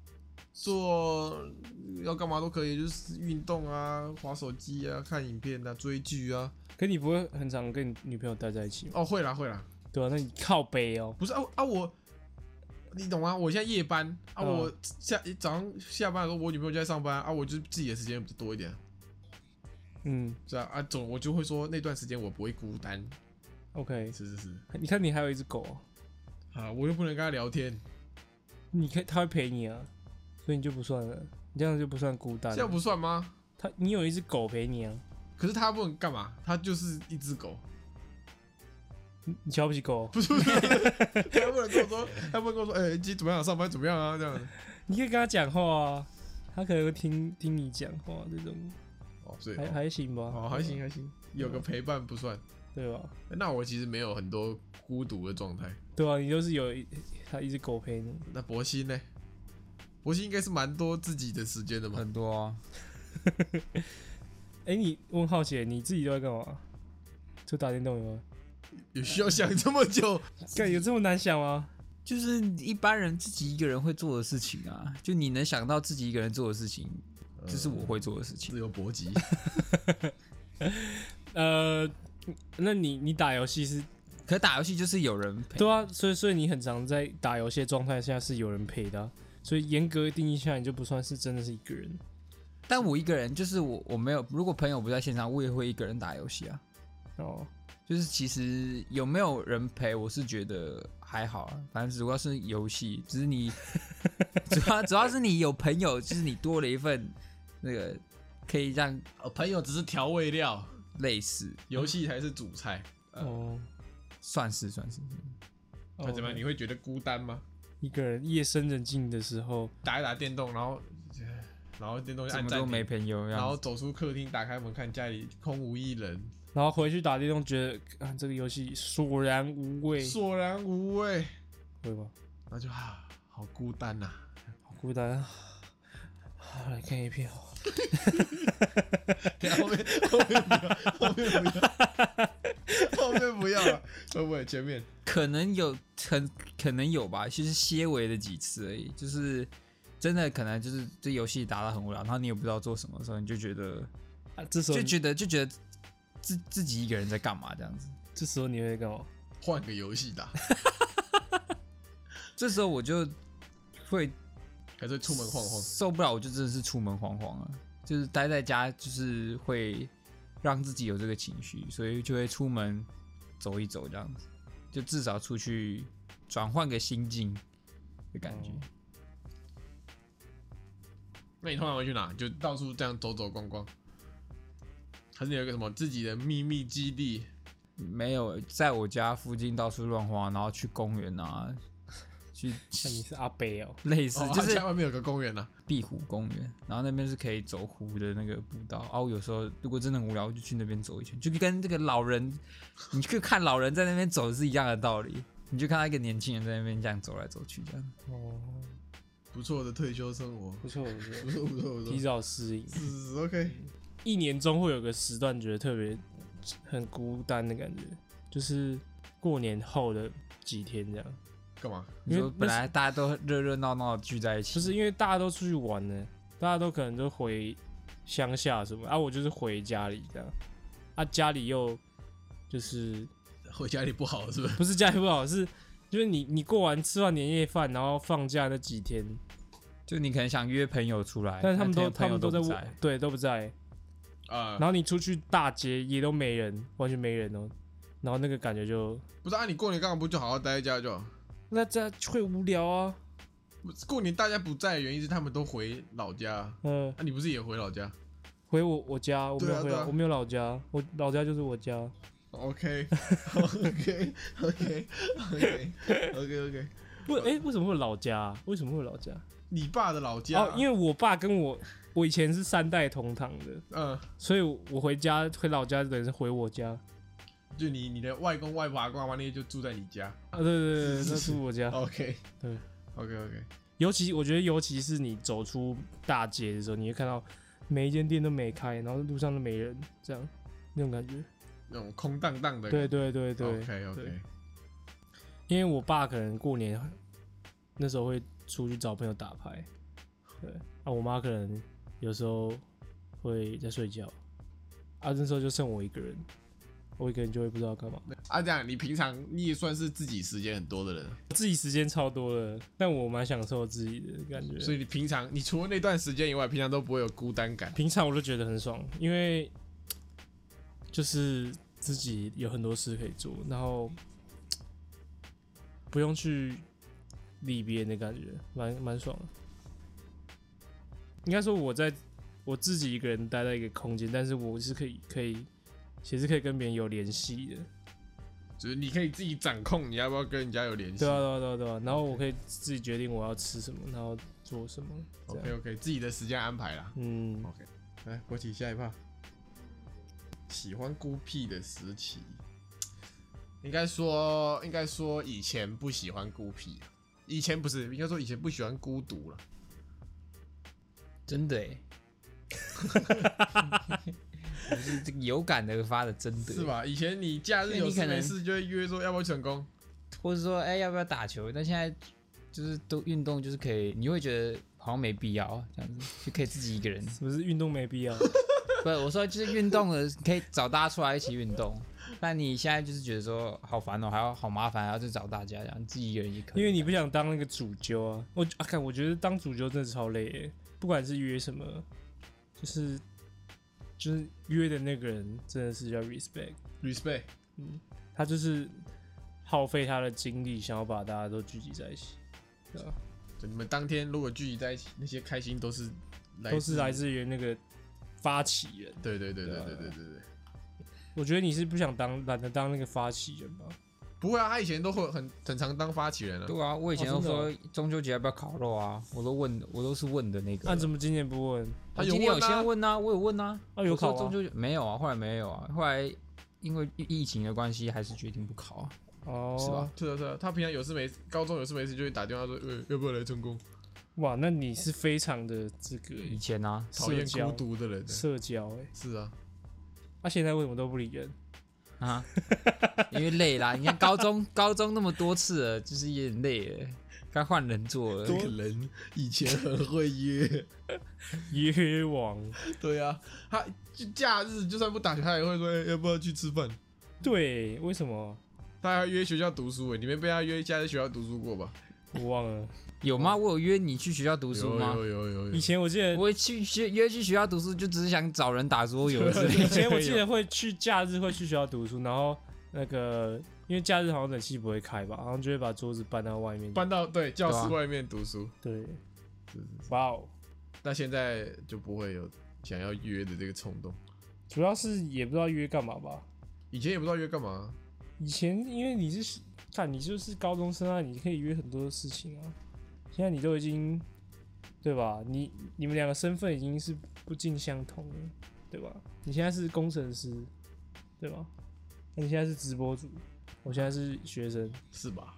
做要干嘛都可以，就是运动啊、滑手机啊、看影片啊、追剧啊。 可你不会很常跟你女朋友待在一起吗？ 哦，会啦会啦。 对啊，那你靠北哦。 不是啊啊我，你懂吗？我现在夜班啊， 嗯我下早上下班的时候，我女朋友就在上班啊，我就是自己的时间比较多一点。 嗯， 这样啊，总我就会说那段时间我不会孤单。 OK， 是是是。 你看你还有一只狗啊，我又不能跟他聊天， 你可以它会陪你啊，所以你就不算了，你这样就不算孤单了。 这样不算吗？ 它你有一只狗陪你啊， 可是他不能干嘛？他就是一只狗。 你你瞧不起狗？ 不是不是，他不能跟我说，他不能跟我说，哎、欸，今天怎么样？上班怎么样啊？这样。 你可以跟他讲话啊，他可能会听听你讲话这种。 哦，所以还还行吧。 哦，还行还行，有个陪伴不算， 对吧？ 那我其实没有很多孤独的状态。 对啊，你就是有一他一只狗陪你。 那博鑫呢？博鑫应该是蛮多自己的时间的嘛。 很多啊。 哎、欸，你我很好奇，你自己都在干嘛？就打电动有吗？ 有需要想这么久？ 干有这么难想吗？ 就是一般人自己一个人会做的事情啊，就你能想到自己一个人做的事情，这是我会做的事情。 自由搏击。 呃，那你你打游戏是？ 可打游戏就是有人陪。 对啊，所以所以你很常在打游戏的状态下是有人陪的、啊，所以严格定义下你就不算是真的是一个人。 但我一个人就是我我没有，如果朋友不在现场，我也会一个人打游戏啊。 哦， 就是其实有没有人陪，我是觉得还好啊，反正主要是游戏，只是你主要主要是你有朋友，就是你多了一份那个可以让哦，朋友只是调味料， 类似游戏才是主菜。 哦， 算是算是。 那怎么样？你会觉得孤单吗？ 一个人夜深人静的时候打一打电动，然后然后电动就按暂停， 怎么都没朋友， 然后走出客厅，打开门看家里空无一人， 然后回去打电动，觉得啊这个游戏索然无味， 索然无味， 会吧？ 然后就啊，好孤单呐、啊， 好孤单啊！来看一片好。 等下后面后面不要，后面不要，后面不要了，会不会前面？ 可能有，很可能有吧，就是些微的几次而已，就是真的可能就是这游戏打得很无聊，然后你也不知道做什么的时候，你就觉得啊，这时候就觉得就觉得自自己一个人在干嘛这样子。 这时候你会干嘛？ 换个游戏打。 这时候我就会还是出门晃晃， 受不了，我就真的是出门晃晃了，就是待在家，就是会让自己有这个情绪，所以就会出门走一走这样子，就至少出去转换个心境的感觉。 哦那你通常会去哪？就到处这样走走逛逛，还是你有一个什么自己的秘密基地？ 没有，在我家附近到处乱晃，然后去公园啊，去那你是阿北哦， 类似、 哦、 就是家外面有个公园啊， 壁湖公园，然后那边是可以走湖的那个步道。啊，我有时候如果真的很无聊，我就去那边走一圈，就跟这个老人，你去看老人在那边走是一样的道理。你就看到一个年轻人在那边这样走来走去，这样。 哦， 不错的退休生活， 不错不错不错不错不错， 提早适应。 是 OK。 一年中会有个时段觉得特别很孤单的感觉，就是过年后的几天这样。 干嘛？ 你说本来大家都热热闹闹聚在一起， 不是因为大家都出去玩呢，大家都可能就回乡下什么啊，我就是回家里这样啊，家里又就是回家里不好是不是？ 不是家里不好，是就是你你过完吃完年夜饭，然后放假那几天， 就你可能想约朋友出来， 但是他们都那天朋友他们都在不在， 对都不在， 啊、 然后你出去大街也都没人，完全没人哦，然后那个感觉就不是啊，你过年刚好不就好好待在家就好？ 那这样会无聊啊， 不是过年大家不在的原因是他们都回老家， 嗯、 啊，你不是也回老家回我我家，我没有回来， 对啊对啊我没有老家，我老家就是我家。 ？OK OK OK OK OK OK， 不，哎、为什么会有老家、啊？为什么会有老家？ 你爸的老家哦，因为我爸跟我，我以前是三代同堂的， 嗯， 所以我回家回老家等于是回我家。 就你你的外公外婆阿公阿妈那些就住在你家。 啊，对对对，那是我家。 OK 对 OK OK， 尤其我觉得，尤其是你走出大街的时候，你会看到每一间店都没开，然后路上都没人，这样那种感觉。 那种空荡荡的。 对对对对。 OK OK， 对因为我爸可能过年那时候会出去找朋友打牌， 对啊，我妈可能有时候会在睡觉，啊，那时候就剩我一个人，我一个人就会不知道干嘛。 啊，这样你平常你也算是自己时间很多的人， 自己时间超多的，但我蛮享受自己的感觉。 所以你平常你除了那段时间以外，平常都不会有孤单感。 平常我就觉得很爽，因为就是自己有很多事可以做，然后不用去理别人的感觉，蛮蛮爽的。应该说我在我自己一个人待在一个空间，但是我是可以可以，其实可以跟别人有联系的。 就是你可以自己掌控你要不要跟人家有联系。 对啊，对啊，对啊，对啊。然后我可以自己决定我要吃什么，然后做什么。 OK OK， 自己的时间安排啦。 嗯 ，OK。来，国旗下一趴。喜欢孤僻的时期，应该说，应该说以前不喜欢孤僻，以前不是，应该说以前不喜欢孤独了。 真的哎，我是这个有感而发的，真的是吧？以前你假日有事没事就会约说要不要成功， 或者说哎、欸、要不要打球？但现在就是都运动就是可以，你会觉得好像没必要这样子，就可以自己一个人。 是不是运动没必要？ 不是，我说就是运动了，可以找大家出来一起运动。但你现在就是觉得说好烦哦、喔，还要好麻烦，还要去找大家这样，自己一个人也可以。 因为你不想当那个主揪啊。我啊，看我觉得当主揪真的超累耶，不管是约什么，就是就是约的那个人真的是要 respect respect， 嗯，他就是耗费他的精力，想要把大家都聚集在一起，对吧？ 就你们当天如果聚集在一起，那些开心都是来都是来自于那个发起人。 对对对对对啊对对对对。 我觉得你是不想当懒得当那个发起人吧？ 不会啊，他以前都会很很常当发起人啊。 对啊，我以前都说中秋节要不要烤肉啊，我都问，我都是问的那个。 那、啊、怎么今年不问？ 我今年有先问啊，我有问啊。 啊，有考啊？中秋节没有啊，后来没有啊，后来因为疫情的关系，还是决定不考啊。 哦， 是吧？ 是啊是啊，他平常有事没，高中有事没事就会打电话说，呃，要不要来成功？ 哇，那你是非常的这个以前啊， 讨厌孤独的人， 社交哎、欸， 是啊。 那、啊、现在为什么都不理人？ 啊，因为累啦。你看高中高中那么多次了，就是有点累了，该换人做了。 这个人以前很会约约王， 对啊，他就假日就算不打球，他也会说、欸、要不要去吃饭？ 对，为什么？ 他还约学校读书哎，你们被他约假日学校读书过吧？ 我忘了。 有吗？我有约你去学校读书吗？ 有有有有有。 以前我记得我去学约去学校读书，就只是想找人打桌游之类的。 以前我记得会去假日会去学校读书，然后那个因为假日好像冷气不会开吧，好像就会把桌子搬到外面， 搬到对教室外面读书。 对， 是是是。 哇哦！ 那现在就不会有想要约的这个冲动。 主要是也不知道约干嘛吧。 以前也不知道约干嘛。 以前因为你是看你就是高中生啊，你可以约很多事情啊。现在你都已经，对吧？你你们两个身份已经是不尽相同了，对吧？你现在是工程师，对吧？那你现在是直播主，我现在是学生， 是吧？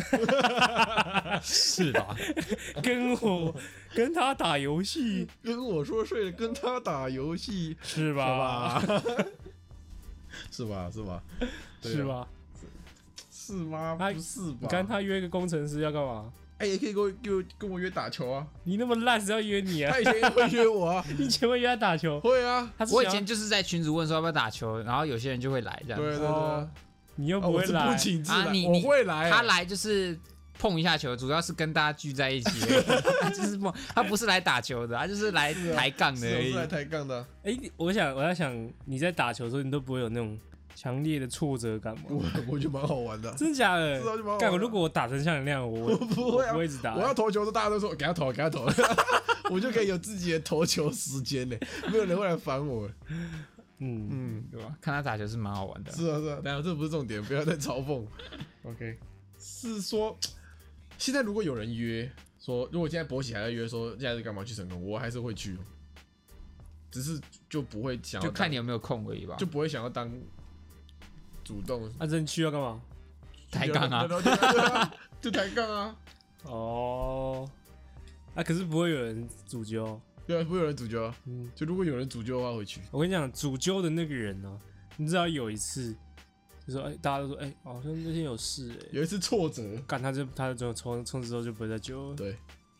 是吧？ 跟我跟他打游戏， 跟我说睡了，跟他打游戏， 是吧？ 是吧？是吧？ 是吧？ 是吗？不是吧？ 你跟他约一个工程师要干嘛？ 哎、欸，也可以跟我跟我跟我约打球啊！ 你那么烂，谁要约你啊？ 他以前也会约我啊， 你以前会约他打球？ 会啊， 我以前就是在群组问说要不要打球，然后有些人就会来这样。 对对对， 哦、你又不会来， 哦、不请自来， 啊、你我会来、欸。 他来就是碰一下球，主要是跟大家聚在一起他就是碰，他不是来打球的，他就是来抬杠的而已。 是来抬杠的、啊。 哎、欸，我想我在想，你在打球的时候，你都不会有那种强烈的挫折感吗？ 我我觉得蛮好玩的， 真的假的？ 是啊，就蛮好玩的。 干，如果我打成像你那样，我我不会啊， 我不会一直打。 我要投球的时候，大家都说给他投，给他投，我就可以有自己的投球时间呢，没有人会来烦我。 嗯嗯， 对吧？看他打球是蛮好玩的。 是啊是啊，当然这不是重点，不要再嘲讽。OK， 是说现在如果有人约说，如果现在博喜还在约说假日干嘛去成功，我还是会去，只是就不会想要， 就看你有没有空而已吧， 就不会想要当主动。 啊，真去要干嘛？ 抬杠啊， 就抬杠啊。 哦，啊，可是不会有人主揪。 对啊，不会有人主揪啊。 嗯， 就如果有人主揪的话，会去。 我跟你讲，主揪的那个人呢、啊，你知道有一次，就说哎、欸，大家都说哎、欸，好像那天有事哎、欸， 有一次挫折， 干他就他就从从此之后就不会再揪了。 对，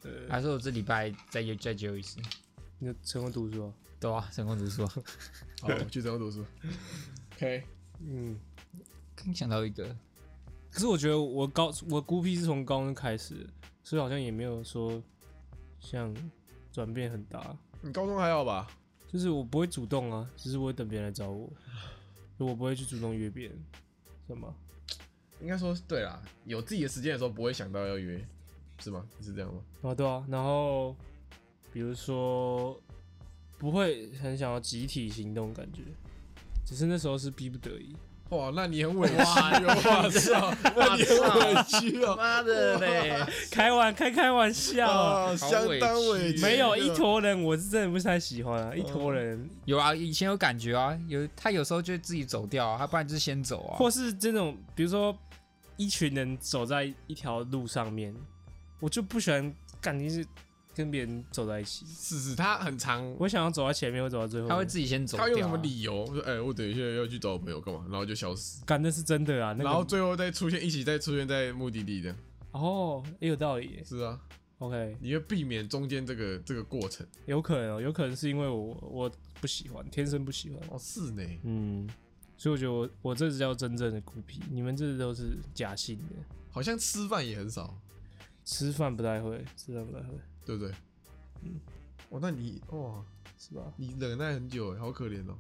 对， 还是我这礼拜再约再揪一次。 你成功读书啊？ 对啊，成功读书。 好，我去成功读书。OK， 嗯， 刚想到一个， 可是我觉得我高我孤僻是从高中开始的，所以好像也没有说像转变很大。 你高中还好吧？ 就是我不会主动啊，只是我会等别人来找我，就我不会去主动约别人，是吗？ 应该说对啦，有自己的时间的时候不会想到要约，是吗？是这样吗？ 啊，对啊，然后比如说不会很想要集体行动，感觉只是那时候是逼不得已。 哇，那你很委屈哦！哇操，那你很委屈哦！ 妈的嘞， 开玩开开玩笑， 啊，相当委屈。 没有一坨人，我是真的不太喜欢啊。一坨人有啊，以前有感觉啊，有他有时候就自己走掉啊，他不然就是先走啊， 或是这种，比如说一群人走在一条路上面，我就不喜欢，感觉是跟别人走在一起。 是是，他很长， 我想要走在前面，或走到最后面。 他会自己先走掉、啊。 他用什么理由说，哎、欸，我等一下要去找我朋友干嘛？然后就消失。 干，那是真的啊。那個、 然后最后再出现，一起再出现在目的地的。 哦，也有道理耶。 是啊 ，OK， 你会避免中间这个这个过程。 有可能哦，有可能是因为我我不喜欢，天生不喜欢。 哦，是呢。 嗯，所以我觉得我我这是叫真正的孤僻，你们这都是假性的。 好像吃饭也很少， 吃饭不太会，吃饭不太会， 对不对？ 嗯， 哦，那你哇， 是吧？ 你忍耐很久哎，好可怜哦。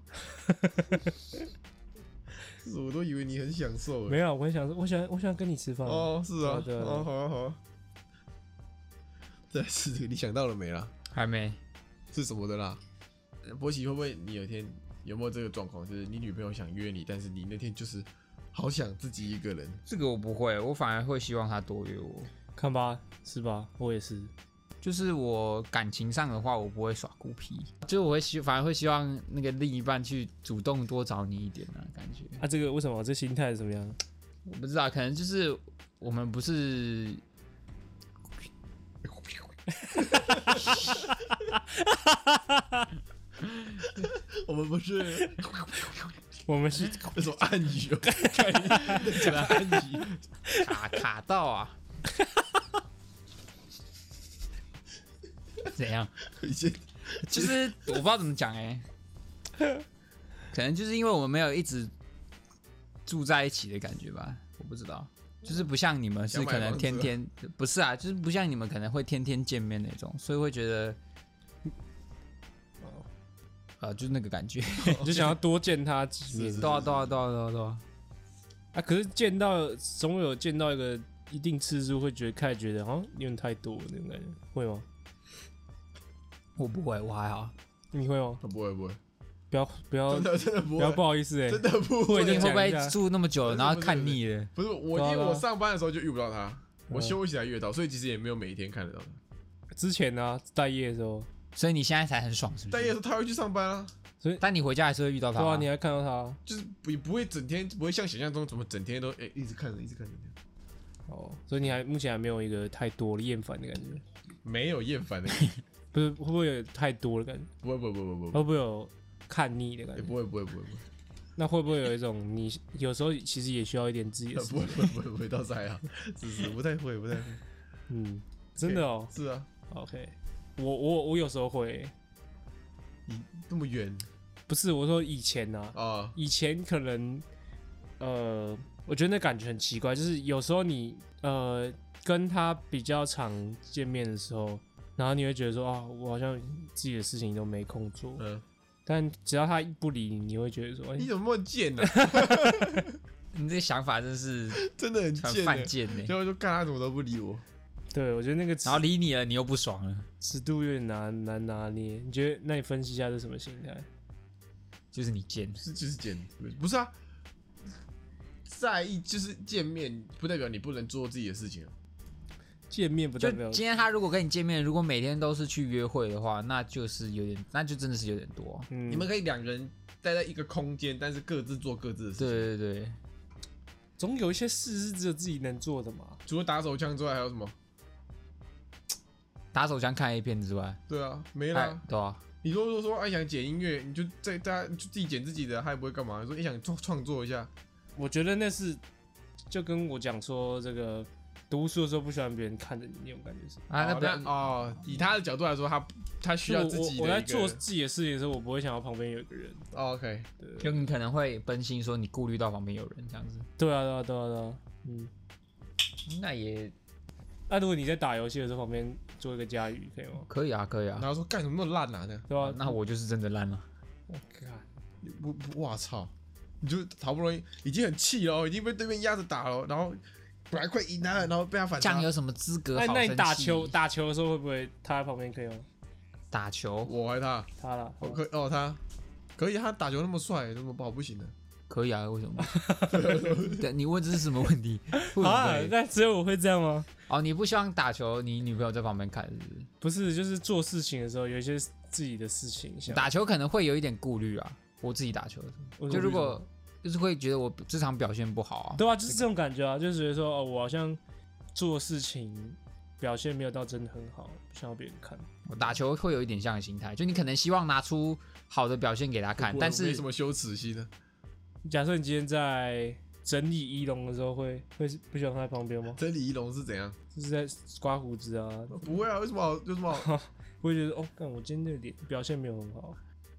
我都以为你很享受哎。 没有，我很想，我想，我想跟你吃饭。 哦，是啊， 对啊哦，好啊，好啊。这是这个，你想到了没啦？ 还没。 是什么的啦？博奇会不会你有一天有没有这个状况，就是你女朋友想约你，但是你那天就是好想自己一个人？ 这个我不会，我反而会希望她多约我。 看吧，是吧？我也是。 就是我感情上的话，我不会耍孤僻，就我会希反而会希望那个另一半去主动多找你一点啊，感觉。 啊，这个为什么？这心态是怎么样？ 我不知道，可能就是我们不是。 我们不是， 我们是那种暗语哦，讲暗语， 卡卡到啊。怎样？就是我不知道怎么讲哎、欸，可能就是因为我们没有一直住在一起的感觉吧，我不知道，就是不像你们是可能天天不是啊，就是不像你们可能会天天见面那种，所以会觉得，呃，就是那个感觉， 就想要多见他几面。 对啊，对啊，对啊，对啊，对啊。 啊，可是见到总有见到一个一定次数，会觉得开始觉得好像有点太多了那种感觉，会吗？ 我不会，我还好。 你会吗？ 不会不会， 不要不要， 真的真的不会， 不要不好意思哎、欸， 真的不会。 就你会不会讲一下住那么久了，然后看腻了？ 不是我，因为我上班的时候就遇不到他，我嗯休息才遇到，所以其实也没有每一天看得到他。 之前呢、啊，待业的时候， 所以你现在才很爽，是不是？ 但也是他会去上班啊， 但你回家还是会遇到他、 对啊，你还看到他就是不不会整天不会像想象中怎么整天都哎、欸、一直看着一直看着这样。 哦，所以你还目前还没有一个太多的厌烦的感觉， 没有厌烦的， 不是会不会有太多的感觉？ 不会不会不会不会会不会有看腻的感觉？ 欸不会不会不会不会， 那会不会有一种你有时候其实也需要一点自己的时间？ 不会不会不会不会到这样，是是不太会不太会， 嗯，真的哦。 是啊， OK，我我我有时候会欸， 你那么远不是我说以前呐、啊， 啊， 以前可能呃，我觉得那感觉很奇怪，就是有时候你呃跟他比较常见面的时候，然后你会觉得说啊，我好像自己的事情都没空做， 嗯， 但只要他一不理你，你会觉得说，哎、 你怎么那么贱呢、啊？ 你这个想法真是真的很很贱、欸， 犯贱呢、 结果就看他怎么都不理我， 对我觉得那个然后理你了，你又不爽了， 尺度有点难难拿捏。你觉得？那你分析一下这是什么心态？ 就是你贱。 是就是贱，不是啊，在意就是见面，不代表你不能做自己的事情啊。 见面不就代表今天他如果跟你见面，如果每天都是去约会的话，那就是有点，那就真的是有点多。 嗯你们可以两人待在一个空间，但是各自做各自的事情。 对对对， 总有一些事是只有自己能做的嘛。 除了打手枪之外，还有什么？ 打手枪看 A 片之外， 对啊，没哎啦。 对啊， 你如果说哎想剪音乐，你就在大家就自己剪自己的，他也不会干嘛。你说你想创创作一下， 我觉得那是就跟我讲说这个读书的时候不喜欢别人看着你那种感觉是。 啊，那哦不那哦，以他的角度来说，他他需要自己的一个。 我我在做自己的事情的时候，我不会想要旁边有一个人。 哦 OK， 就你可能会分心，说你顾虑到旁边有人这样子。 对啊，对啊，对啊，对啊，嗯。 那也， 那、啊、如果你在打游戏的时候旁边做一个嘉语，可以吗？ 可以啊，可以啊。 然后说干什么那么烂啊？这对吧、啊？ 那我就是真的烂了。 我靠！ 不不，哇操！你就好不容易已经很气了，已经被对面压着打了，然后本来快赢他了，然后被他反杀。 这样有什么资格好哎，那你打生气球打球的时候会不会他在旁边可以吗？ 打球， 我还他， 他啦， 我可以哦他可以，他打球那么帅，怎么不好不行呢？ 可以啊，为什么？对，你问这是什么问题？ 啊，那只有我会这样吗？ 哦，你不希望打球，你女朋友在旁边看，是不是？ 不是，就是做事情的时候有一些自己的事情想。 打球可能会有一点顾虑啊。我自己打球的时候，就如果就是会觉得我这场表现不好啊。 对啊，就是这种感觉啊，就是觉得说哦，我好像做事情表现没有到真的很好，不想要别人看。 我打球会有一点像的心态，就你可能希望拿出好的表现给他看，但是没什么羞耻心呢。 假设你今天在整理仪容的时候会，会会不喜欢他在旁边吗？ 整理仪容是怎样？ 就是在刮胡子啊？ 不会啊，为什么好？有什么好？ 我会觉得哦，干我今天的脸表现没有很好。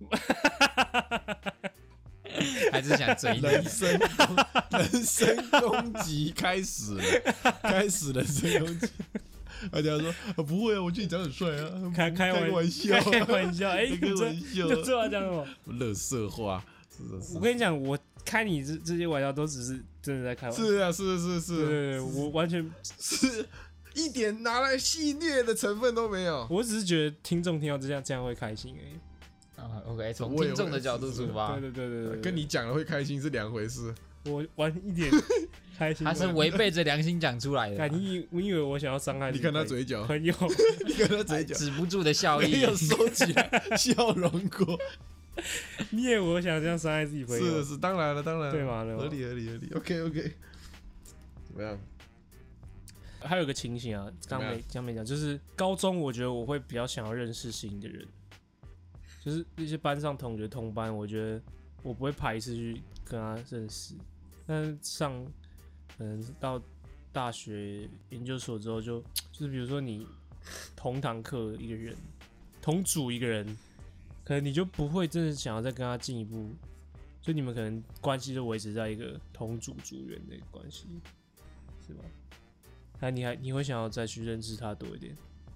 还是想追人身攻人身攻击开始了，开始人身攻击。大家说、啊、不会啊，我觉得你长得很帅啊， 开开开玩笑， 开玩笑，哎、欸， 开玩笑， 就这样讲什么？ 垃圾话，是的，是我跟你讲，我开你这这些玩笑都只是真的在开玩笑。 是啊，是是是， 对对对，我完全是一点拿来戏谑的成分都没有。 我只是觉得听众听到这样这样会开心而已。 啊 ，OK， 从听众的角度出发， 对对对对对， 跟你讲了会开心是两回事。 我玩一点开心， 他是违背着良心讲出来的。 你以你以为我想要伤害你看他嘴角， 朋友， 你看他嘴角止不住的笑意， 没有收起来，笑容过。 你以为我想这样伤害自己朋友？ 是是，当然了，当然了， 对吗？ 合理合理合理。OK OK， 怎么样？ 还有一个情形啊，刚没刚没讲，就是高中，我觉得我会比较想要认识新的人，就是一些班上同学同班，我觉得我不会排斥去跟他认识。但是上可能到大学研究所之后就，就是比如说你同堂课一个人，同组一个人，可能你就不会真的想要再跟他进一步，就你们可能关系就维持在一个同组组员的关系，是吧？那你还你会想要再去认识他多一点？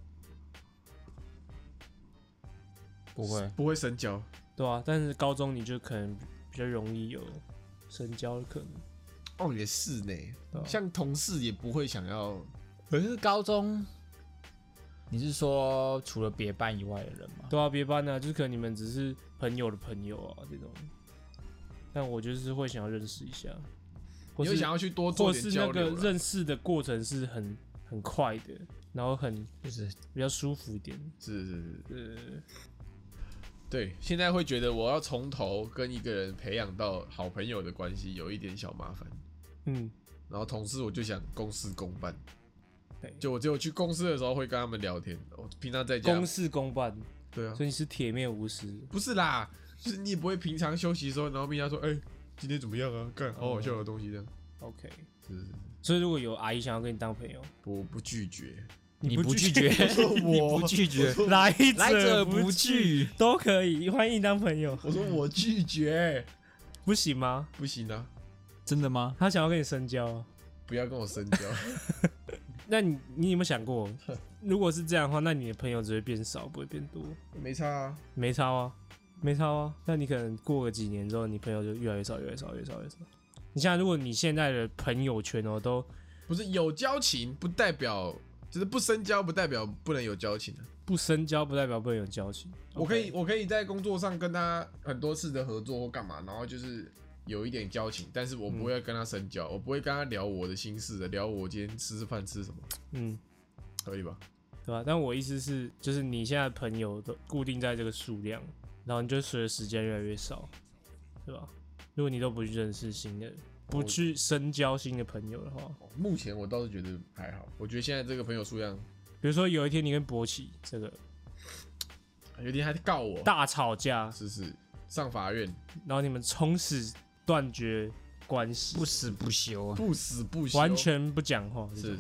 不会不会深交， 对啊，但是高中你就可能比较容易有深交的可能。 哦，也是呢。 啊、 像同事也不会想要。 可是高中，你是说除了别班以外的人吗？ 对啊，别班啊，就是可能你们只是朋友的朋友啊这种。但我就是会想要认识一下， 你会想要去多做点交流， 或是那个认识的过程是很很快的，然后很就是比较舒服一点。 是是是， 呃， 对，现在会觉得我要从头跟一个人培养到好朋友的关系，有一点小麻烦。 嗯， 然后同事我就想公事公办， 对， 就我只有去公司的时候会跟他们聊天，我平常在家公事公办， 对啊， 所以你是铁面无私。 不是啦，就是你也不会平常休息的时候，然后跟人家说，哎、欸，今天怎么样啊？干好好笑的东西这样。 OK， 是是是， 所以如果有阿姨想要跟你当朋友， 我不拒绝， 你不拒绝，你不拒绝， 来来者不不拒都可以，欢迎当朋友。 我说我拒绝， 不行吗？ 不行啊， 真的吗？ 他想要跟你深交、啊， 不要跟我深交。 那你你有没有想过，如果是这样的话，那你的朋友只会变少，不会变多？ 没差啊， 没差啊，没差啊。那你可能过个几年之后，你朋友就越来越少，越来越少，越来越少，越来越少。你想，如果你现在的朋友圈哦，都不是有交情，不代表就是不深交，不代表不能有交情啊。 不深交，不代表不能有交情。 我可以，我可以在工作上跟他很多次的合作或干嘛，然后就是有一点交情，但是我不会跟他深交，嗯、我不会跟他聊我的心事的，聊我今天吃饭吃什么， 嗯， 可以吧？ 对吧？但我意思是，就是你现在朋友都固定在这个数量，然后你就随着时间越来越少，对吧？如果你都不去认识新的人，不去深交新的朋友的话， 目前我倒是觉得还好。我觉得现在这个朋友数量， 比如说有一天你跟博奇这个， 有一天还告我大吵架， 是是上法院， 然后你们从此断绝关系， 不死不休啊， 不死不休， 完全不讲话， 是是是，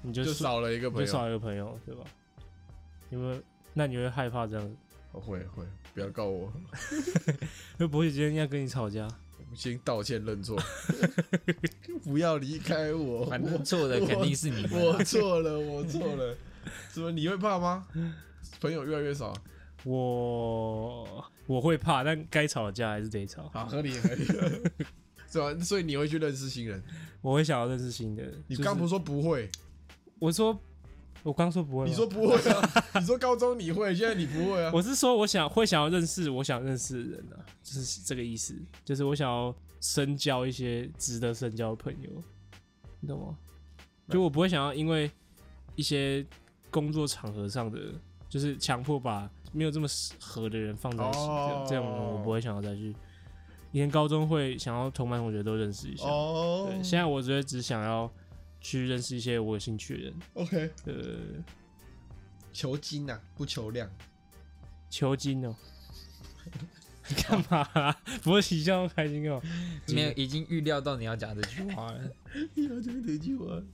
你就就少了一个朋友， 就少一个朋友，对吧？你会，那你会害怕这样子？ 我会会，不要告我， 会不会今天要跟你吵架？ 我先道歉认错，不要离开我， 反正错的肯定是你们啊。 我错了，我错了。什么？你会怕吗？朋友越来越少， 我我会怕，但该吵的架还是得吵。 好，合理合理，是吧？所以你会去认识新人？ 我会想要认识新的。 你就是刚不是说不会？ 我说，我刚说不会吗。 你说不会啊？你说高中你会，现在你不会啊？ 我是说，我想会想要认识我想认识的人啊，就是这个意思。就是我想要深交一些值得深交的朋友，你懂吗？就我不会想要因为一些工作场合上的，就是强迫把没有这么合的人放在一起， 哦这样这种我不会想要再去。以前高中会想要同班同学都认识一下， 哦对，现在我觉得只想要去认识一些我有兴趣的人。 ，OK， 呃， 求精啊，不求量。 求精哦、你干嘛、啊？不会喜笑开心哦、 没有，已经预料到你要讲这句话了。 你要讲这句话，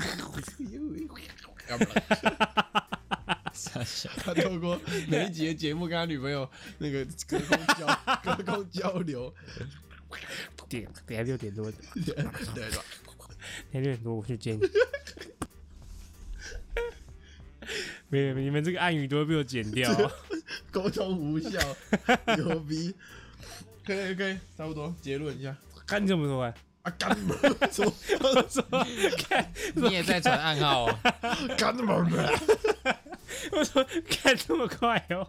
要不然傻笑。 他透过每一集的节目跟他女朋友那个隔空交隔空交流， 点等下六点多， 对吧？ 等下六点多我去接你。没有，你们这个暗语都会被我剪掉、啊。 沟通无效，牛逼。可以可以，差不多结论一下。 看你怎么说啊？ 啊，干嘛？什么什么？看你也在传暗号哦。 干嘛？ 我说看这么快哦、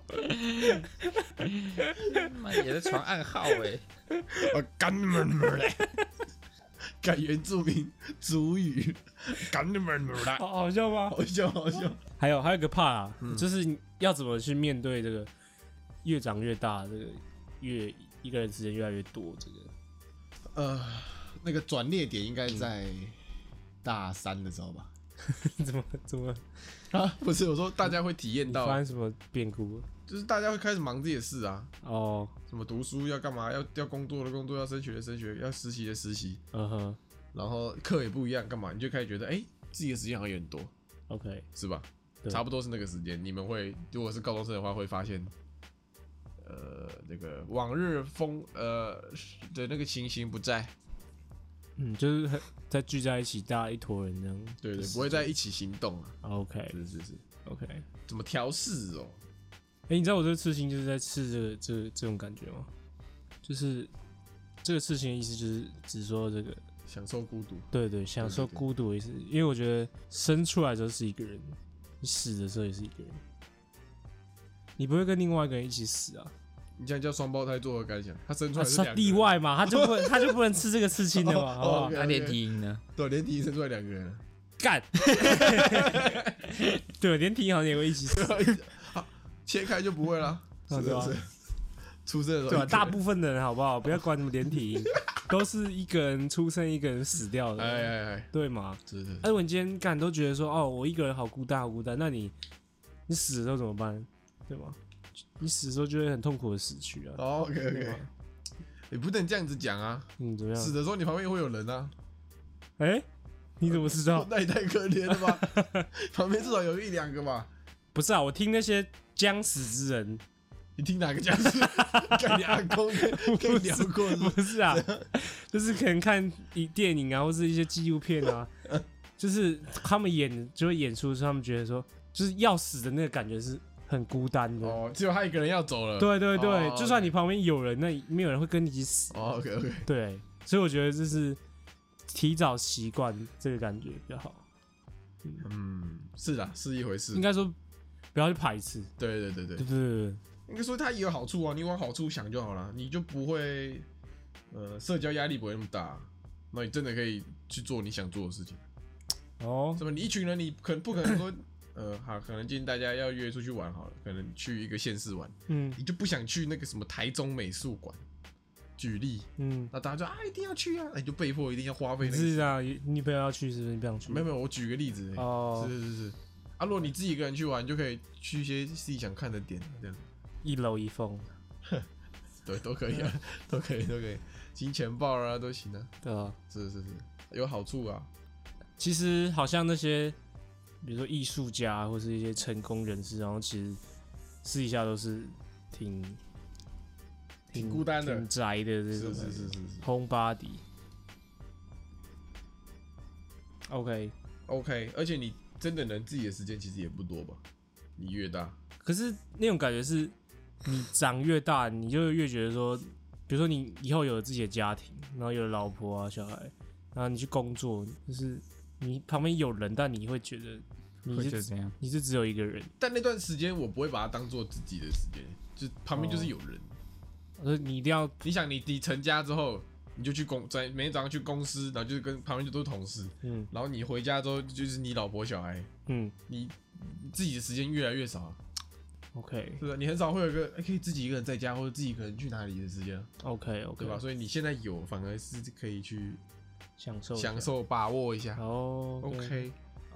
妈也在传暗号哎。 啊，干嘛？改原住民族语，干嘛？ 好好笑吗？ 好笑好笑。 还有还有一个怕啊，嗯、就是要怎么去面对这个越长越大，这个越一个人时间越来越多，这个呃，那个转捩点应该在大三的时候吧？ 怎么怎么啊？不是，我说大家会体验到发生什么变故？ 就是大家会开始忙自己的事啊。 哦， 什么读书要干嘛？要要工作的工作，要升学的升学，要实习的实习。 嗯哼， 然后课也不一样，干嘛？你就开始觉得，哎、欸，自己的时间好像有很多 ，OK， 是吧？差不多是那个时间。你们会，如果是高中生的话，会发现，呃，那个往日风呃的那个情形不在。 嗯，就是在聚在一起，大家一坨人这样。 对对，不会在一起行动啊。 OK， 是是是 ，OK。 怎么调试哦？ 哎、欸，你知道我这个刺青就是在刺这个这个这种感觉吗？就是这个刺青的意思就是只说这个享受孤独。 对对，享受孤独的意思。因为我觉得生出来的时候是一个人，你死的时候也是一个人，你不会跟另外一个人一起死啊。 你这样叫双胞胎作何感想？他生出来是他两个人例外嘛，他就不他就不能吃这个刺青的嘛，好不好？ 那连体婴呢？ 对，连体婴生出来两个人， 干。对，连体婴好像也会一起死， 切开就不会了，是不是？出生的时候， 对吧？大部分的人好不好？不要管什么连体婴，都是一个人出生，一个人死掉的， 哎哎哎， 对吗？ 是是。 哎，如果你今天干都觉得说，哦，我一个人好孤单，好孤单，那你你死的时候怎么办？对吗？你死的时候就会很痛苦的死去啊。 哦 OK OK， 你不能这样子讲啊。 嗯，怎么样？ 死的时候你旁边会有人啊。 哎、欸，你怎么知道？ 那也太可怜了吧！旁边至少有一两个吧。 不是啊，我听那些将死之人。 你听哪个僵尸？跟你阿公跟你聊过是不是？ 不是啊，就是可能看电影啊，或是一些纪录片啊，就是他们演就会演出，他们觉得说，就是要死的那个感觉是很孤单的。 哦，只有他一个人要走了。 对对对， 哦、 就算你旁边有人，那没有人会跟你一起死。 哦 ，OK OK。 对，所以我觉得就是提早习惯这个感觉比较好。 嗯, 嗯，是啦，是一回事。 应该说不要去排斥。 对对对对对对对。 应该说它也有好处啊，你往好处想就好了，你就不会，呃，社交压力不会那么大，那你真的可以去做你想做的事情。 哦， 什么？你一群人，你可能不可能说，呃，好，可能今天大家要约出去玩好了，可能去一个县市玩，嗯，你就不想去那个什么台中美术馆，举例，嗯，那大家就啊一定要去啊，那你就被迫一定要花费、那個。 是啊，你不要去是不是？你不想去？ 没有没有，我举个例子、欸，哦，是是是，啊，如果你自己一个人去玩，你就可以去一些自己想看的点，这样。 一楼一凤， 对，都可以啊，都可以，都可以，金钱豹啊，都行啊。 对啊， 是是是，有好处啊。 其实好像那些比如说艺术家或是一些成功人士，然后其实私底下都是挺挺孤单的、 挺宅的这种， 是是是是是 homebody。OK OK， 而且你真的能自己的时间其实也不多吧？你越大， 可是那种感觉是，你长越大，你就越觉得说，比如说你以后有了自己的家庭，然后有了老婆啊、小孩，然后你去工作，就是你旁边有人，但你会觉得你会是觉得怎样？ 你是只有一个人， 但那段时间我不会把它当做自己的时间，就旁边就是有人。 而你一定要你想你，你成家之后，你就去公，在每天早上去公司，然后就是跟旁边就都是同事， 嗯然后你回家之后就是你老婆小孩， 嗯你自己的时间越来越少了， ，OK 对吧？你很少会有一个、欸、可以自己一个人在家，或者自己一个人去哪里的时间， OK OK， 对吧？所以你现在有，反而是可以去享受享受、把握一下。 哦 OK，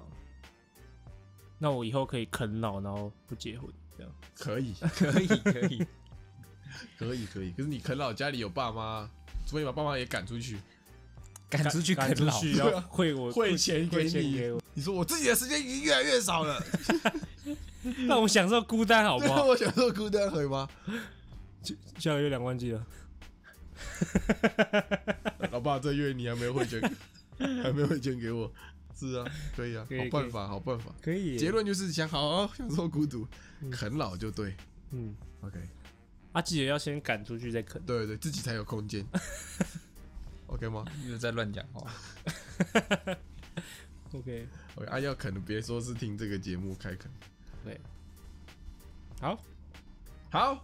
那我以后可以啃老，然后不结婚，这样可以， 可以可以， 可以，可以。可是你啃老，家里有爸妈，除非你把爸妈也赶出去， 赶出去赶啃老， 出去要汇我汇钱给汇钱你给我， 你说我自己的时间已经越来越少了， 让我享受孤单好不对好？ 我享受孤单，可以吗？ 下个月两万记了。 老爸，这月你还没汇钱，还没汇钱给我。是啊，可以啊， 可以好办法，好办法。 可以。 结论就是想好好享受孤独， 嗯啃老就对。 嗯， OK， 啊，记得要先赶出去再啃。 对对，自己才有空间。OK 吗又在乱讲话。 OK ？OK，啊，要啃的别说是听这个节目开啃。 对，好， 好，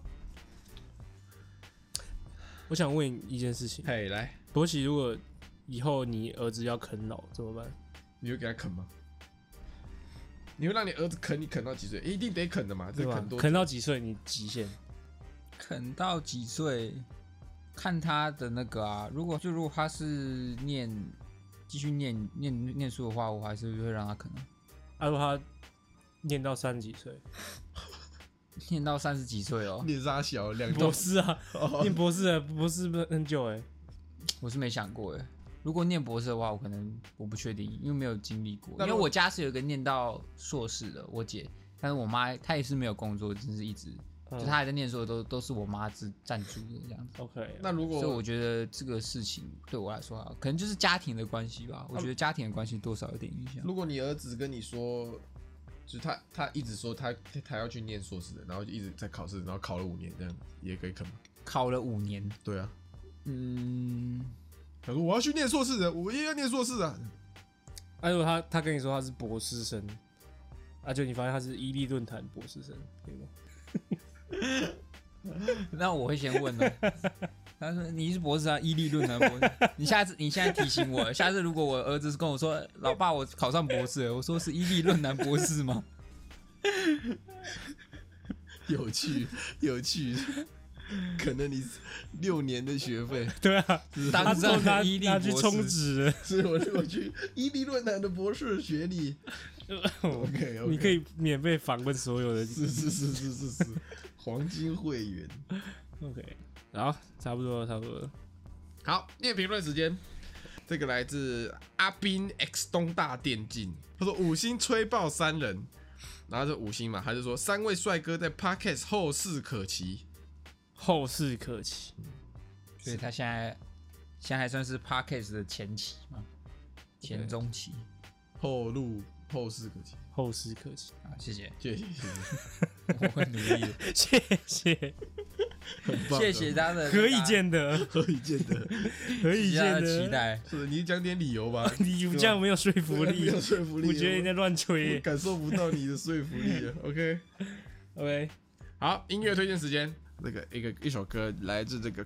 我想问一件事情， 嘿，来， 博奇，如果以后你儿子要啃老怎么办？ 你会给他啃吗？你会让你儿子啃你啃到几岁？一定得啃的嘛，这对吧啃？多久啃到几岁你极限？ 啃到几岁？看他的那个啊，如果就如果他是念继续念念念书的话，我还是会让他啃啊。 啊，如果他念到三十几岁， 念到三十几岁哦， 念啥小两博士啊， 哦念博士啊，博士很久哎、 我是没想过哎。如果念博士的话，我可能我不确定，因为没有经历过。 那如果因为我家是有一个念到硕士的，我姐，但是我妈她也是没有工作，就是一直、 嗯就她还在念书的都都是我妈自赞助的这样子。 OK， 那如果所以我觉得这个事情对我来说啊，可能就是家庭的关系吧。我觉得家庭的关系多少有点影响。 如果你儿子跟你说，就是他他一直说他他要去念硕士的，然后就一直在考试，然后考了五年这样，也可以啃吗？ 考了五年， 对啊， 嗯， 他说我要去念硕士的，我也要念硕士啊。 啊，如果他他跟你说他是博士生，啊，就你发现他是伊利论坛博士生，可以吗？ 那我会先问了。他说你是博士啊，伊利论坛博士。你下次你现在提醒我，下次如果我儿子跟我说，老爸我考上博士了，我说是伊利论坛博士吗？ 有趣，有趣。可能你六年的学费， 对啊，他当上他伊利他去博士， 充值了， 所以我我去伊利论坛的博士学历。OK， 你可以免费访问所有的。 是是是是是是，黄金会员。 OK，好，差不多了，差不多了。 好，念评论时间。这个来自阿斌 X 东大电竞，他说五星吹爆三人，然后这五星嘛，他就说三位帅哥在 Podcast 后事可期， 后事可期。 所以他现在现在还算是 Podcast 的前期嘛，前中期。 后路后事可期。 后事可期。 啊，谢谢， 谢谢谢谢， 我会努力的。 谢谢， 很棒， 谢谢他的何以见得， 何以见得？ 何以见他的期得。 待。 是你讲点理由吧， 你这样没有说服没力， 有说服力， 我觉得你在乱我吹。 感受不到你的说服力了。OK， OK， 好，音乐推荐时间，那个一个一首歌来自这个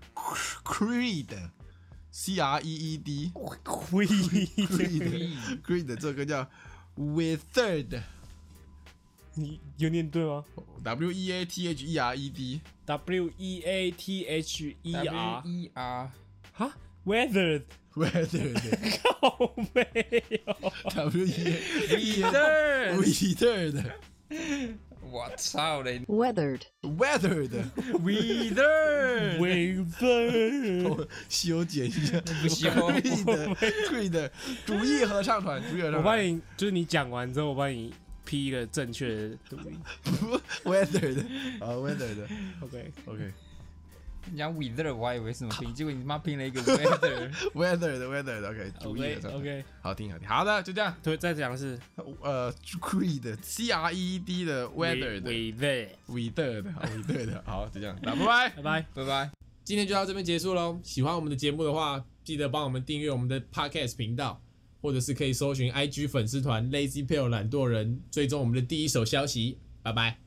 Creed，C R E E D， 灰 Creed Creed 这首歌叫 Withered， 你有念对吗 W E A T H E R E D， ？W E A T H E R W E R 哈 ，weathered， Withered， 靠没有 W E A Weathered Withered， 我操嘞 Weathered. Weathered， ，Weathered， weathered， 我修剪一下， 不修 Creed Creed 主义合唱团，主义合唱团， 我帮你，就是你讲完之后，我帮你 P 一个正确的读音。 weather 的，啊 weather 的 OK OK 你讲 weather 我还以为什么拼，结果你妈拼了一个 weather。 weather 的 weather 的 OK 主意 OK OK， 好听好听，好的就这样。 对，再讲是呃 creed C R E E D 的 weather 的 weather weather 的 weather 的，好就这样，那拜拜拜拜拜拜。 今天就到这边结束喽。喜欢我们的节目的话，记得帮我们订阅我们的 Podcast 频道，或者是可以搜寻 I G 粉丝团 Lazy Pale 懒惰人，追踪我们的第一手消息。拜拜。